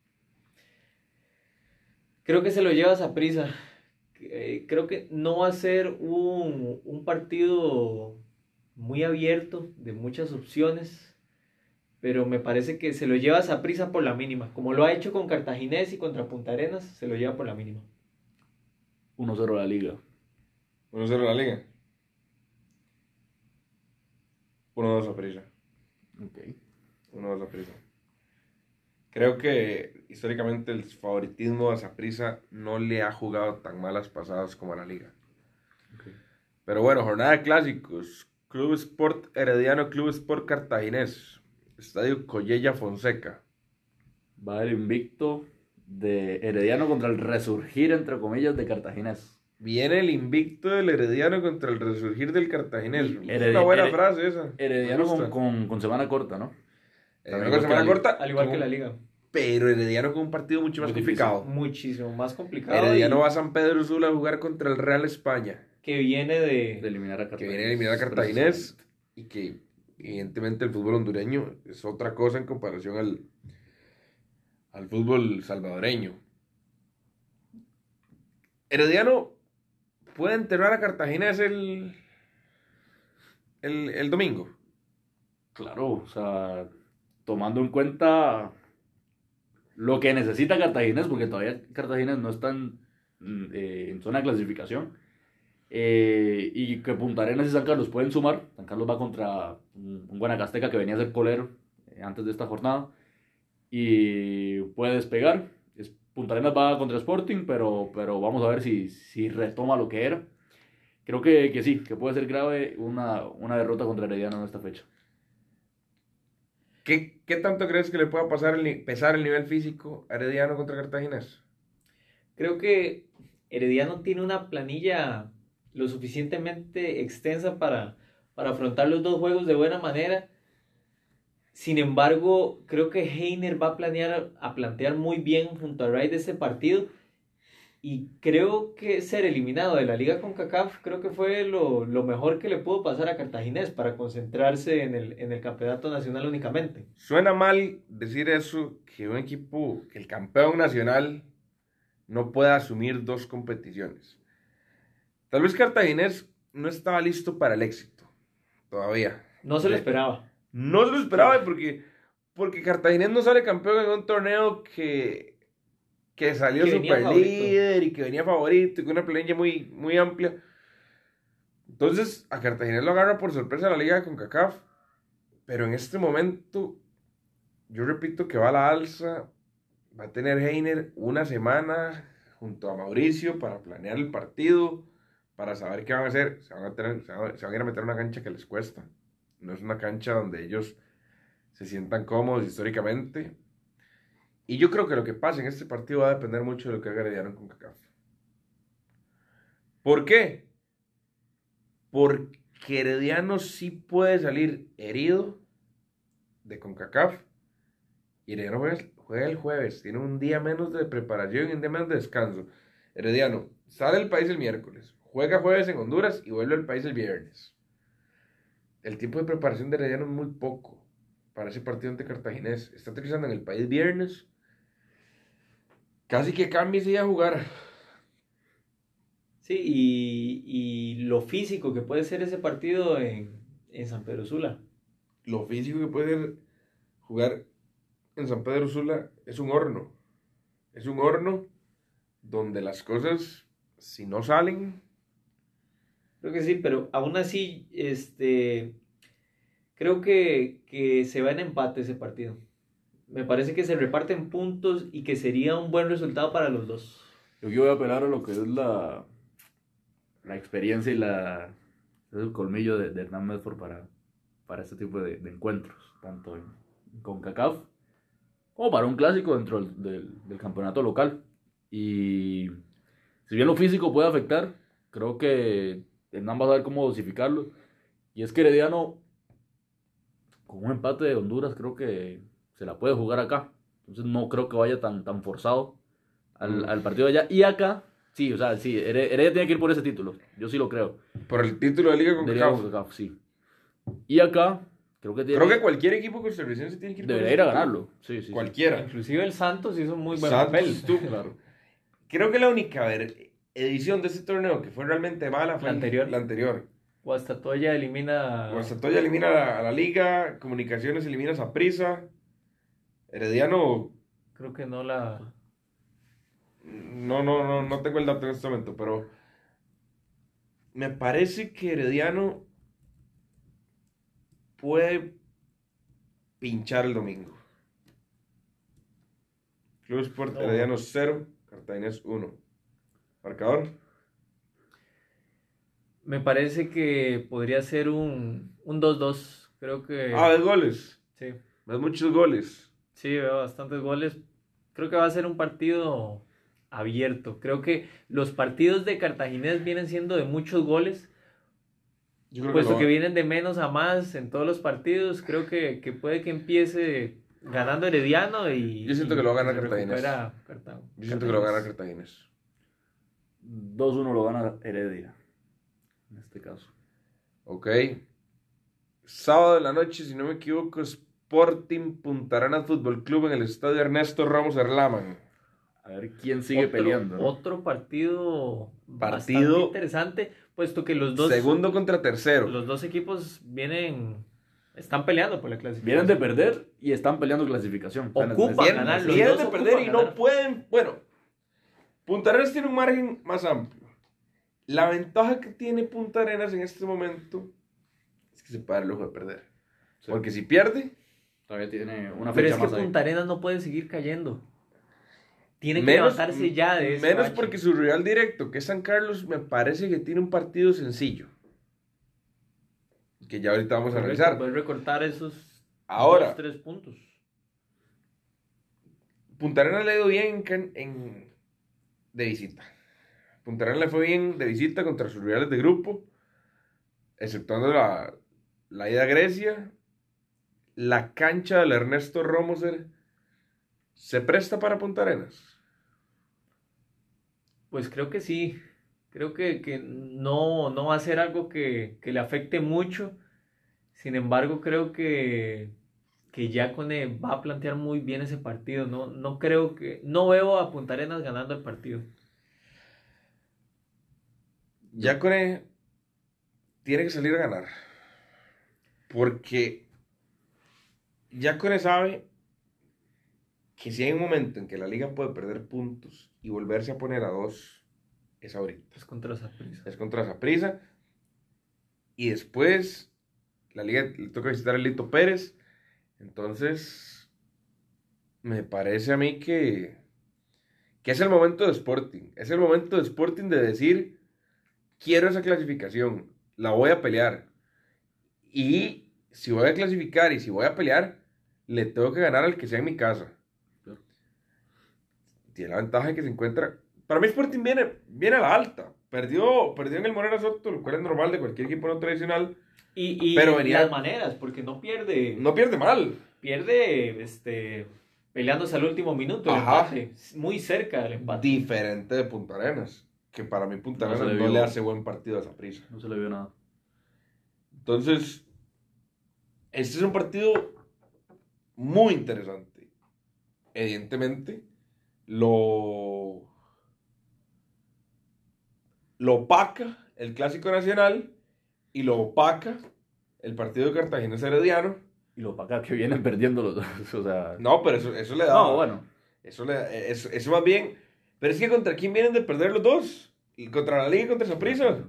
Creo que se lo lleva Saprissa. Eh, creo que no va a ser un, un partido muy abierto, de muchas opciones, pero me parece que se lo lleva Saprissa por la mínima. Como lo ha hecho con Cartaginés y contra Punta Arenas, se lo lleva por la mínima. uno cero la liga. uno cero la liga. uno dos a prisa. Ok. uno dos a prisa. Creo que históricamente el favoritismo a Saprissa no le ha jugado tan malas pasadas como a la liga. Okay. Pero bueno, jornada de clásicos. Club Sport Herediano, Club Sport Cartaginés. Estadio Collella Fonseca. Va el invicto de Herediano contra el resurgir, entre comillas, de Cartaginés. Viene el invicto del Herediano contra el resurgir del Cartaginés. Es Heredi- una buena Hered- frase esa. Herediano Me con, gusta. con, con semana corta, ¿no? Herediano También con igual que semana la corta. Al igual como- que la liga. Pero Herediano con un partido mucho más Muy difícil. complicado. Muchísimo más complicado. Herediano y va a San Pedro Sula a jugar contra el Real España. que viene de... De eliminar a Que Cartaginés. viene a eliminar a Cartaginés. Y que evidentemente el fútbol hondureño es otra cosa en comparación al, al fútbol salvadoreño. Herediano puede enterrar a Cartaginés el, el, el domingo. Claro, o sea, tomando en cuenta lo que necesita Cartaginés, porque todavía Cartaginés no está en, eh, en zona de clasificación, eh, y que Punta Arenas y San Carlos pueden sumar. San Carlos va contra un, un Guanacasteca que venía a ser colero eh, antes de esta jornada, y puede despegar. Es, Punta Arenas va contra Sporting, pero, pero vamos a ver si, si retoma lo que era. Creo que, que sí, que puede ser grave una, una derrota contra Herediano en esta fecha. ¿Qué, qué tanto crees que le pueda pasar el, ni- pesar el nivel físico a Herediano contra Cartaginés? Creo que Herediano tiene una planilla lo suficientemente extensa para, para afrontar los dos juegos de buena manera. Sin embargo, creo que Heiner va a planear, a plantear muy bien junto a Wright este partido. Y creo que ser eliminado de la Liga CONCACAF creo que fue lo, lo mejor que le pudo pasar a Cartaginés para concentrarse en el, en el campeonato nacional únicamente. Suena mal decir eso, que un equipo, que el campeón nacional no pueda asumir dos competiciones. Tal vez Cartaginés no estaba listo para el éxito, todavía. No se lo esperaba. No se lo esperaba porque, porque Cartaginés no sale campeón en un torneo que, que salió Que venía super líder y que venía favorito y con una planilla muy, muy amplia. Entonces a Cartaginés lo agarra por sorpresa la Liga de CONCACAF, pero en este momento yo repito que va a la alza. Va a tener Heiner una semana junto a Mauricio para planear el partido, para saber qué van a hacer. Se van a, tener, se van a, se van a ir a meter a una cancha que les cuesta. No es una cancha donde ellos se sientan cómodos históricamente. Y yo creo que lo que pase en este partido va a depender mucho de lo que haga Herediano con CONCACAF. ¿Por qué? Porque Herediano sí puede salir herido de CONCACAF. Y Herediano juega, juega el jueves. Tiene un día menos de preparación y un día menos de descanso. Herediano sale del país el miércoles. Juega jueves en Honduras y vuelve al país el viernes. El tiempo de preparación de Herediano es muy poco para ese partido ante Cartaginés. Está aterrizando en el país viernes. Casi que cambie y a jugar. Sí, y, y lo físico que puede ser ese partido en, en San Pedro Sula. Lo físico que puede ser jugar en San Pedro Sula es un horno. Es un horno donde las cosas, si no salen... Creo que sí, pero aún así, este, creo que, que se va en empate ese partido. Me parece que se reparten puntos y que sería un buen resultado para los dos. Yo aquí voy a apelar a lo que es la, la experiencia y la, el colmillo de, de Hernán Medford para, para este tipo de, de encuentros, tanto en, en CONCACAF como para un clásico dentro del, del, del campeonato local. Y si bien lo físico puede afectar, creo que Hernán va a saber cómo dosificarlo. Y es que Herediano, con un empate de Honduras, creo que se la puede jugar acá. Entonces no creo que vaya tan, tan forzado al, al partido de allá. Y acá, sí, o sea, sí, Heredia tiene que ir por ese título. Yo sí lo creo. Por el título de Liga con De Liga CONCACAF. CONCACAF, sí. Y acá, creo que tiene... Creo que cualquier equipo costarricense tiene que ir por debería ese ir a título. ganarlo. Sí, sí, sí. Cualquiera. Inclusive el Santos hizo un muy buen Santos papel. estuvo, claro. Creo que la única ver, edición de este torneo que fue realmente mala fue La anterior. La anterior. Guastatoya elimina... Guastatoya elimina a la, a la Liga, Comunicaciones elimina a Saprissa, Herediano, Creo que no la... no, no, no, no tengo el dato en este momento, pero me parece que Herediano puede pinchar el domingo. Club Sport No. Herediano cero, Cartaginés uno. Marcador. Me parece que podría ser un un dos dos. Creo que... Ah, ves goles. Sí, Ves muchos goles. sí, veo bastantes goles. Creo que va a ser un partido abierto. Creo que los partidos de Cartaginés vienen siendo de muchos goles, Yo creo puesto lo que va- vienen de menos a más en todos los partidos. Creo que, que puede que empiece ganando Herediano y... Yo siento y que lo va a ganar se Cartaginés. recupera Carta- Yo siento que lo va a ganar Cartaginés. Cartaginés. dos uno lo gana Heredia, en este caso. Ok. Sábado de la noche, si no me equivoco, Sporting Punta Arenas Fútbol Club en el estadio Ernesto Ramos Erlaman. A ver quién sigue Otro- peleando, ¿no? Otro partido, Partido- bastante interesante, puesto que los dos, Segundo contra tercero. los dos equipos vienen, están peleando por la clasificación. Vienen de perder y están peleando clasificación. Ocupan Están en- ganar. Vienen, los vienen dos de ocupan perder y no ganar. pueden. Bueno, Punta Arenas tiene un margen más amplio. La ventaja que tiene Punta Arenas en este momento es que se puede dar el lujo de perder. Sí. Porque si pierde, Todavía tiene una Pero fecha es que más ahí. Punta Arenas no puede seguir cayendo. Tiene que menos, levantarse ya de ese menos bache. porque su rival directo, que es San Carlos, me parece que tiene un partido sencillo. Que ya ahorita vamos a Puede- revisar. puede recortar esos Ahora. dos, tres puntos. Punta Arenas le ha ido bien en, en- de visita. Punta Arenas le fue bien de visita contra sus rivales de grupo, exceptuando la, la ida a Grecia, la cancha del Ernesto Romoser, ¿se presta para Punta Arenas? Pues creo que sí. Creo que, que no, no va a ser algo que, que le afecte mucho. Sin embargo, creo que, que Yacone va a plantear muy bien ese partido. No, no creo que. No veo a Punta Arenas ganando el partido. Yacone tiene que salir a ganar. Porque Yacone sabe que si hay un momento en que la liga puede perder puntos y volverse a poner a dos, es ahorita. Es contra Saprissa. Es contra Saprissa. Y después la liga le toca visitar a Lito Pérez. Entonces, me parece a mí que, que es el momento de Sporting. Es el momento de Sporting de decir, quiero esa clasificación, la voy a pelear. Y si voy a clasificar y si voy a pelear, le tengo que ganar al que sea en mi casa. Tiene la ventaja de que se encuentra... Para mí Sporting viene, viene a la alta. Perdió, perdió en el Morera Soto, lo cual es normal de cualquier equipo no tradicional. Y, y Pero venía- las maneras, porque no pierde. No pierde mal. Pierde este, peleándose al último minuto el Ajá. empate. Muy cerca del empate. Diferente de Punta Arenas. Que para mí Punta No Arenas se le no vio. le hace buen partido a Saprissa. No se le vio nada. Entonces, este es un partido muy interesante. Evidentemente, lo, lo opaca el Clásico Nacional y lo opaca el partido de Cartaginés Herediano. Y lo para acá que vienen perdiendo los dos. O sea. No, pero eso, eso le da. No, bueno. Eso, le, eso, eso más bien. Pero es que ¿contra quién vienen de perder los dos? ¿Y contra la Liga y contra Saprissa?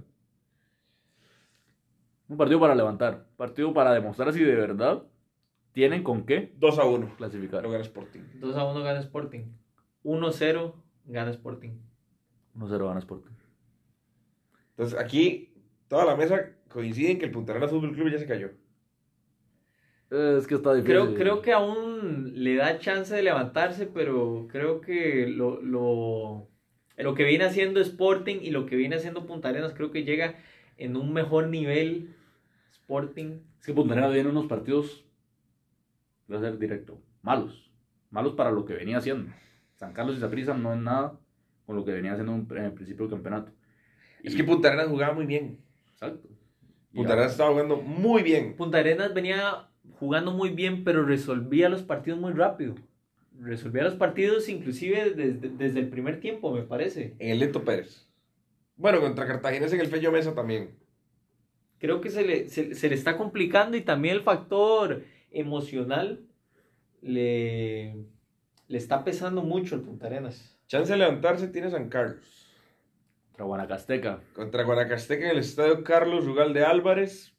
Un partido para levantar. Partido para demostrar si de verdad tienen con qué dos a uno. clasificar. Lo gana Sporting. dos a uno gana Sporting. uno cero gana Sporting. uno cero gana Sporting. Entonces aquí toda la mesa coincide en que el Punta Arenas Fútbol Club ya se cayó. Es que está difícil. Creo, creo que aún le da chance de levantarse, pero creo que lo, lo, lo que viene haciendo Sporting y lo que viene haciendo Punta Arenas, creo que llega en un mejor nivel. Sporting. Es que Punta Arenas viene unos partidos, voy a ser directo, malos. Malos para lo que venía haciendo. San Carlos y Saprissa no es nada con lo que venía haciendo en el principio del campeonato. Es Y- que Punta Arenas jugaba muy bien. Exacto. Y Punta ahora- Arenas estaba jugando muy bien. Punta Arenas venía jugando muy bien, pero resolvía los partidos muy rápido. Resolvía los partidos inclusive desde, desde el primer tiempo, me parece. En el Lito Pérez. Bueno, contra Cartaginés en el Fello Mesa también. Creo que se le, se, se le está complicando y también el factor emocional le, le está pesando mucho al Punta Arenas. Chance de levantarse tiene San Carlos. Contra Guanacasteca. Contra Guanacasteca en el estadio Carlos Rugal de Álvarez.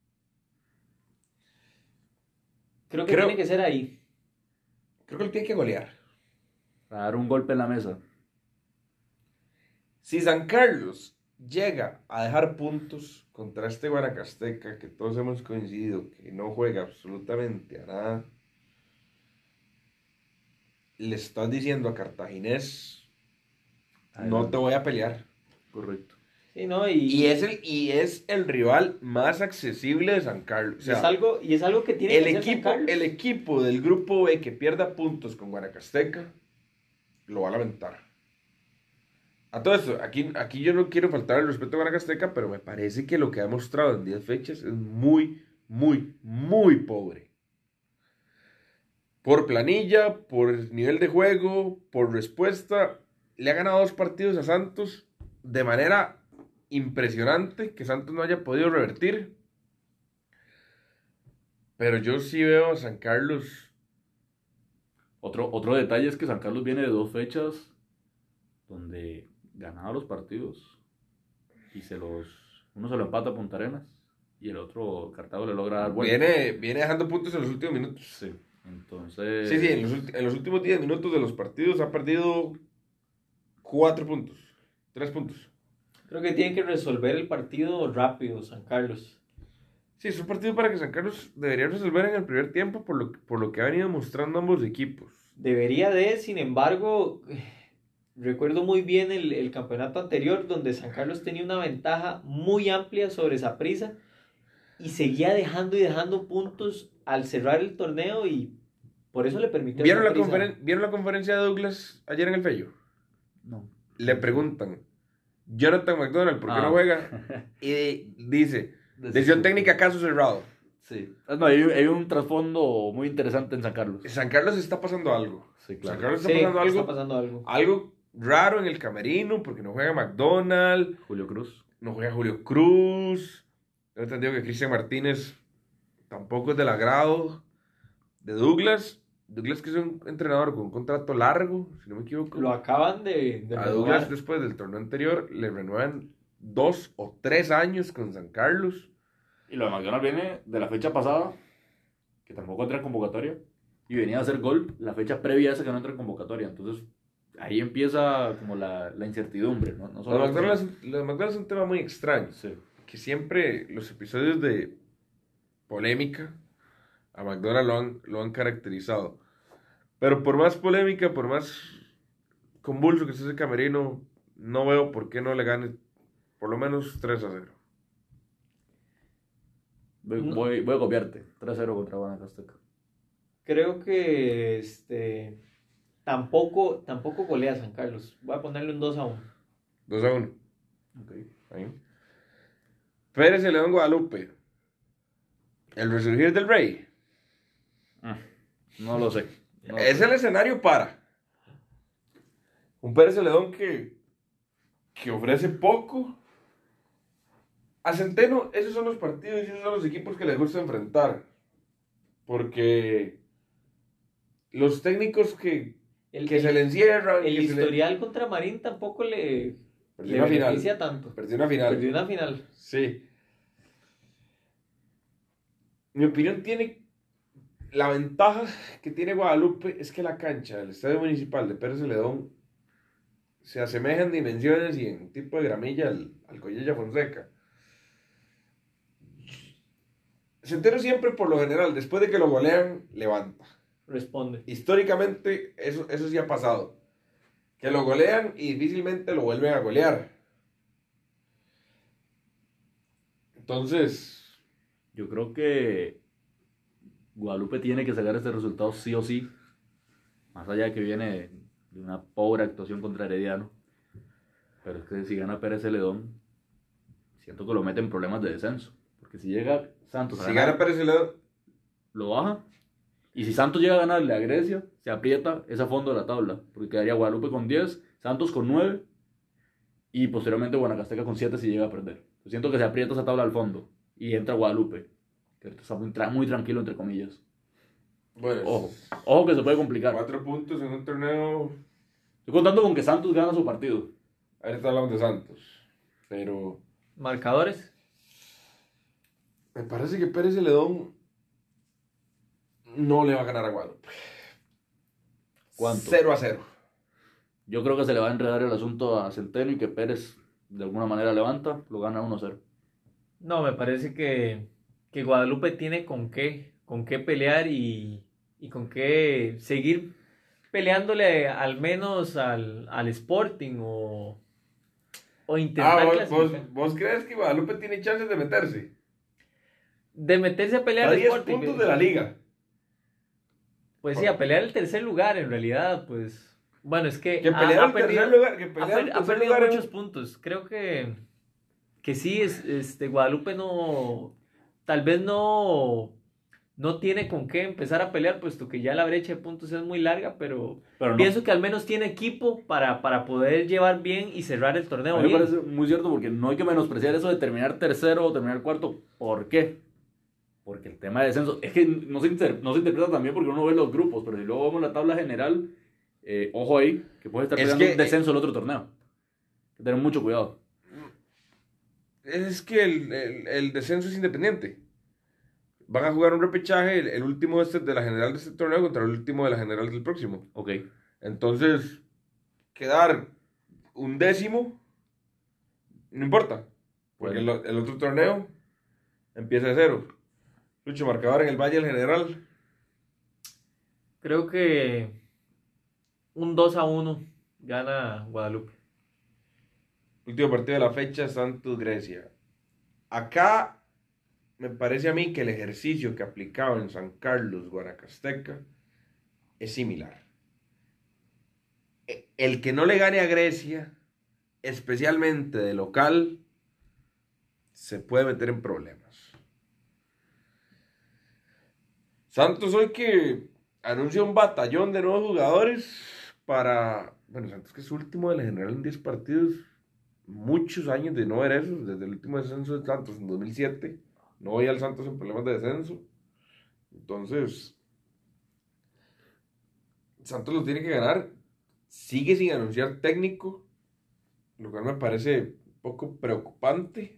Creo que Creo- tiene que ser ahí. Creo que lo tiene que golear. Para dar un golpe en la mesa. Si San Carlos llega a dejar puntos contra este Guanacasteca, que todos hemos coincidido que no juega absolutamente a nada, le estás diciendo a Cartaginés, no te voy a pelear. Correcto. Sí, ¿no? Y, Y es el, y es el rival más accesible de San Carlos. O y sea, es algo, y es algo que tiene el que hacer San equipo, Carlos. el equipo del grupo B que pierda puntos con Guanacasteca lo va a lamentar. A todo esto, aquí, aquí yo no quiero faltar el respeto a Guanacasteca, pero me parece que lo que ha mostrado en diez fechas es muy, muy, muy pobre. Por planilla, por nivel de juego, por respuesta, le ha ganado dos partidos a Santos de manera impresionante, que Santos no haya podido revertir. Pero yo sí veo a San Carlos. Otro, otro detalle es que San Carlos viene de dos fechas donde ganaba los partidos y se los uno se lo empata a Punta Arenas y el otro Cartago le logra dar vuelta. Viene, viene dejando puntos en los últimos minutos. Sí, entonces Sí, sí, en los, ulti- en los últimos diez minutos de los partidos ha perdido cuatro puntos, tres puntos. Creo que tienen que resolver el partido rápido, San Carlos. Sí, es un partido para que San Carlos debería resolver en el primer tiempo por lo, por lo que ha venido mostrando ambos equipos. Debería de, sin embargo, recuerdo muy bien el, el campeonato anterior donde San Carlos tenía una ventaja muy amplia sobre Saprissa y seguía dejando y dejando puntos al cerrar el torneo y por eso le permitió... ¿Vieron la, prisa. conferen- ¿Vieron la conferencia de Douglas ayer en el Fello? No. Le preguntan, Jonathan McDonald, ¿por qué Ah. no juega? Y dice, decisión técnica, caso cerrado. Sí. No, hay, hay un trasfondo muy interesante en San Carlos. San Carlos está pasando algo. Sí, San claro. Carlos está Sí, pasando algo. está pasando algo. Algo raro en el camerino, porque no juega McDonald, Julio Cruz. no juega Julio Cruz. Tengo entendido que Cristian Martínez tampoco es del agrado de Douglas. Douglas, que es un entrenador con un contrato largo, si no me equivoco. Lo acaban de, de A renovar. Douglas, después del torneo anterior, le renuevan dos o tres años con San Carlos. Y lo de McDonald viene de la fecha pasada, que tampoco entra en convocatoria, y venía a hacer gol la fecha previa a esa que no entra en convocatoria. Entonces, ahí empieza como la, la incertidumbre, ¿no? No Lo de solo- McDonald es- lo de McDonald es un tema muy extraño. Sí. Que siempre los episodios de polémica a McDonald lo han, lo han caracterizado. Pero por más polémica, por más convulso que esté ese camerino, no veo por qué no le gane por lo menos tres a cero. Voy, No. voy, voy a copiarte. tres cero contra Guanacasteca. Creo que este tampoco, tampoco golea San Carlos. Voy a ponerle un dos a uno. dos a uno. Okay. Ahí. Pérez de León Guadalupe. El resurgir del Rey. No lo sé. No lo Es sé. el escenario para un Pérez de León que, que ofrece poco. A Centeno, esos son los partidos y esos son los equipos que les gusta enfrentar. Porque los técnicos que, El, que el- se le encierran. el que se le- historial contra Marín tampoco le, Perdió le una final. beneficia tanto. Perdió una final. Perdió una final. Sí. Mi opinión tiene. La ventaja que tiene Guadalupe es que la cancha del Estadio Municipal de Pérez Celedón se asemeja en dimensiones y en tipo de gramilla al, al Collella Fonseca. Centeno siempre, por lo general, después de que lo golean, levanta. Responde. Históricamente, eso, eso sí ha pasado. Que lo golean y difícilmente lo vuelven a golear. Entonces, Yo creo que Guadalupe tiene que sacar este resultado sí o sí. Más allá de que viene de una pobre actuación contra Herediano. Pero es que si gana Pérez Celedón, siento que lo mete en problemas de descenso. Porque si llega Santos a si ganar, gana Pérez Celedón, lo baja. Y si Santos llega a ganarle a Grecia, se aprieta ese fondo de la tabla. Porque quedaría Guadalupe con diez, Santos con nueve y posteriormente Guanacasteca con siete si llega a perder. Yo siento que se aprieta esa tabla al fondo y entra Guadalupe, que ahorita está muy, tra- muy tranquilo entre comillas. bueno, Ojo, ojo que se puede complicar. cuatro puntos en un torneo. Estoy contando con que Santos gana su partido. Ahorita hablamos de Santos. Pero Marcadores. me parece que Pérez Celedón no le va a ganar a Guadalupe. ¿Cuánto? cero a cero. Yo creo que se le va a enredar el asunto a Centeno y que Pérez de alguna manera levanta, lo gana uno cero. No, me parece que, que Guadalupe tiene con qué, con qué pelear y, y con qué seguir peleándole al menos al, al Sporting o, o intentar Ah, ¿vos, clasificar. vos, vos crees que Guadalupe tiene chances de meterse? De meterse a pelear A al diez Sporting. puntos de la liga. Pues sí, a pelear el tercer lugar en realidad, pues. Bueno, es que, Que ha- pelear ha el tercer perdido- lugar. Que Ha, pelear per- el ha tercer perdido lugar en- muchos puntos. Creo que, que sí, es, este, Guadalupe no, tal vez no, no tiene con qué empezar a pelear, puesto que ya la brecha de puntos es muy larga, pero, Pero no. pienso que al menos tiene equipo para, para poder llevar bien y cerrar el torneo A mí me bien. parece muy cierto porque no hay que menospreciar eso de terminar tercero o terminar cuarto. ¿Por qué? Porque el tema de descenso es que no se, inter- no se interpreta también porque uno ve los grupos, pero si luego vemos la tabla general, eh, ojo ahí, que puede estar Es peleando que- un descenso el otro torneo. Hay que tener mucho cuidado. Es que el, el- el descenso es independiente. Van a jugar un repechaje, el, el último de, este- de la general de este torneo contra el último de la general del próximo. Ok. Entonces, quedar un décimo, no importa. Porque el, Bueno. el otro torneo empieza de cero. Lucho, marcador en el Valle del General. Creo que un dos a uno gana Guadalupe. Último partido de la fecha, Santos Grecia. Acá me parece a mí que el ejercicio que aplicaba en San Carlos, Guanacasteca, es similar. El que no le gane a Grecia, especialmente de local, se puede meter en problemas. Santos hoy que anuncia un batallón de nuevos jugadores para... Bueno, Santos que es último de la general en diez partidos. Muchos años de no ver eso, desde el último descenso de Santos en dos mil siete. No veía al Santos en problemas de descenso. Entonces, Santos lo tiene que ganar. Sigue sin anunciar técnico, lo cual me parece un poco preocupante.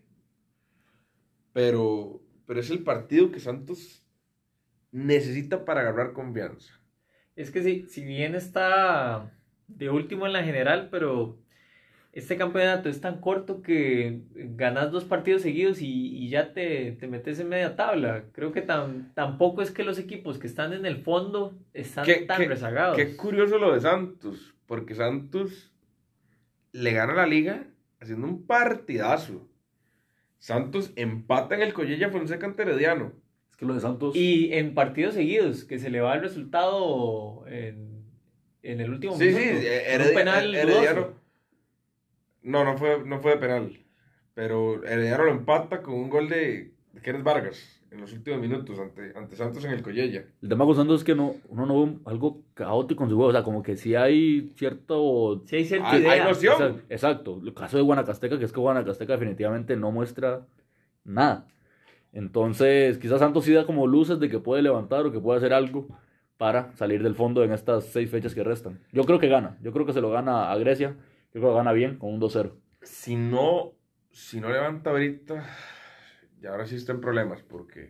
Pero, pero es el partido que Santos necesita para agarrar confianza. Es que sí, si bien está de último en la general, pero este campeonato es tan corto que ganas dos partidos seguidos y, y ya te, te metes en media tabla. Creo que tan, tampoco es que los equipos que están en el fondo están Qué, tan qué, rezagados. Qué curioso lo de Santos, porque Santos le gana la liga haciendo un partidazo. Santos empata en el Collella Fonseca ante Herediano. Es que lo de Santos... Y en partidos seguidos, que se le va el resultado en, en el último Sí, minuto. sí, Con Hered- un penal Herediano. dudoso. No, no fue, no fue de penal. Pero Herediano lo empata con un gol de, de Kenneth Vargas en los últimos minutos ante, ante Santos en el Collella. El tema con Santos es que no, uno no ve algo caótico en su juego. O sea, como que sí hay cierto... Sí hay cierta Hay, hay idea. noción. Exacto, exacto. El caso de Guanacasteca, que es que Guanacasteca definitivamente no muestra nada. Entonces, quizás Santos sí da como luces de que puede levantar o que puede hacer algo para salir del fondo en estas seis fechas que restan. Yo creo que gana. Yo creo que se lo gana a Grecia. Yo creo que lo gana bien con un dos cero. Si no, si no levanta ahorita, ya ahora sí está en problemas porque...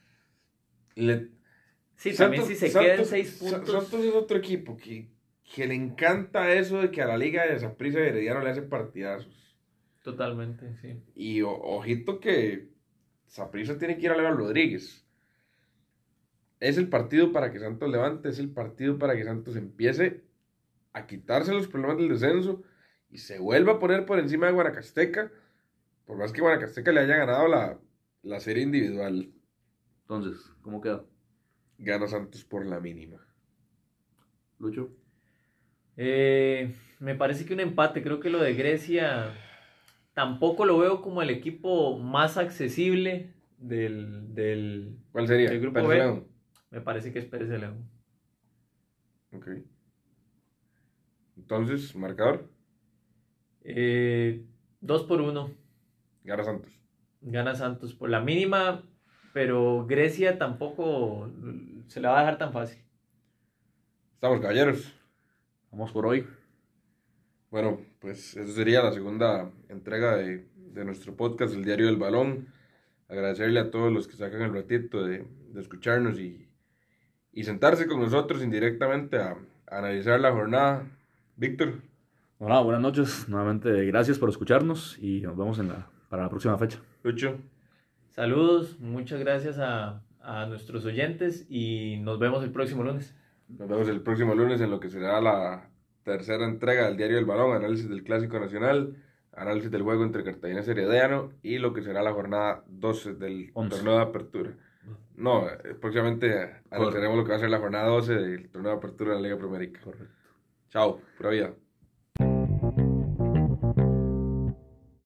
Le, Sí, también si se queda en seis Sa- puntos. Santos es otro equipo que, que le encanta eso de que a la liga de Saprissa y Herediano le hace partidazos. Totalmente, sí. Y o- ojito que Saprissa tiene que ir a Levan Rodríguez. Es el partido para que Santos levante, es el partido para que Santos empiece a quitarse los problemas del descenso y se vuelva a poner por encima de Guanacasteca, por más que Guanacasteca le haya ganado la, la serie individual. Entonces, ¿cómo queda? Gana Santos por la mínima. Lucho. Eh, me parece que un empate. Creo que lo de Grecia tampoco lo veo como el equipo más accesible del, del, ¿Cuál sería? del grupo Pérez B. León. Me parece que es Pérez de León. Ok. Entonces, marcador, Eh, dos por uno. gana Santos. Gana Santos por la mínima, pero Grecia tampoco se la va a dejar tan fácil. Estamos, caballeros. Vamos por hoy. Bueno, pues eso sería la segunda entrega de, de nuestro podcast, El Diario del Balón. Agradecerle a todos los que sacan el ratito de, de escucharnos y, y sentarse con nosotros indirectamente a, a analizar la jornada. Víctor, Hola, buenas noches. Nuevamente, gracias por escucharnos y nos vemos en la, para la próxima fecha. Lucho, Saludos, muchas gracias a, a nuestros oyentes y nos vemos el próximo lunes. nos vemos el próximo lunes en lo que será la tercera entrega del Diario del Balón, análisis del Clásico Nacional, análisis del juego entre Cartagena y Herediano y lo que será la jornada doce del once. torneo de apertura. No, eh, próximamente analizaremos lo que va a ser la jornada doce del torneo de apertura de la Liga Promérica. Correcto. Chao, pura vida.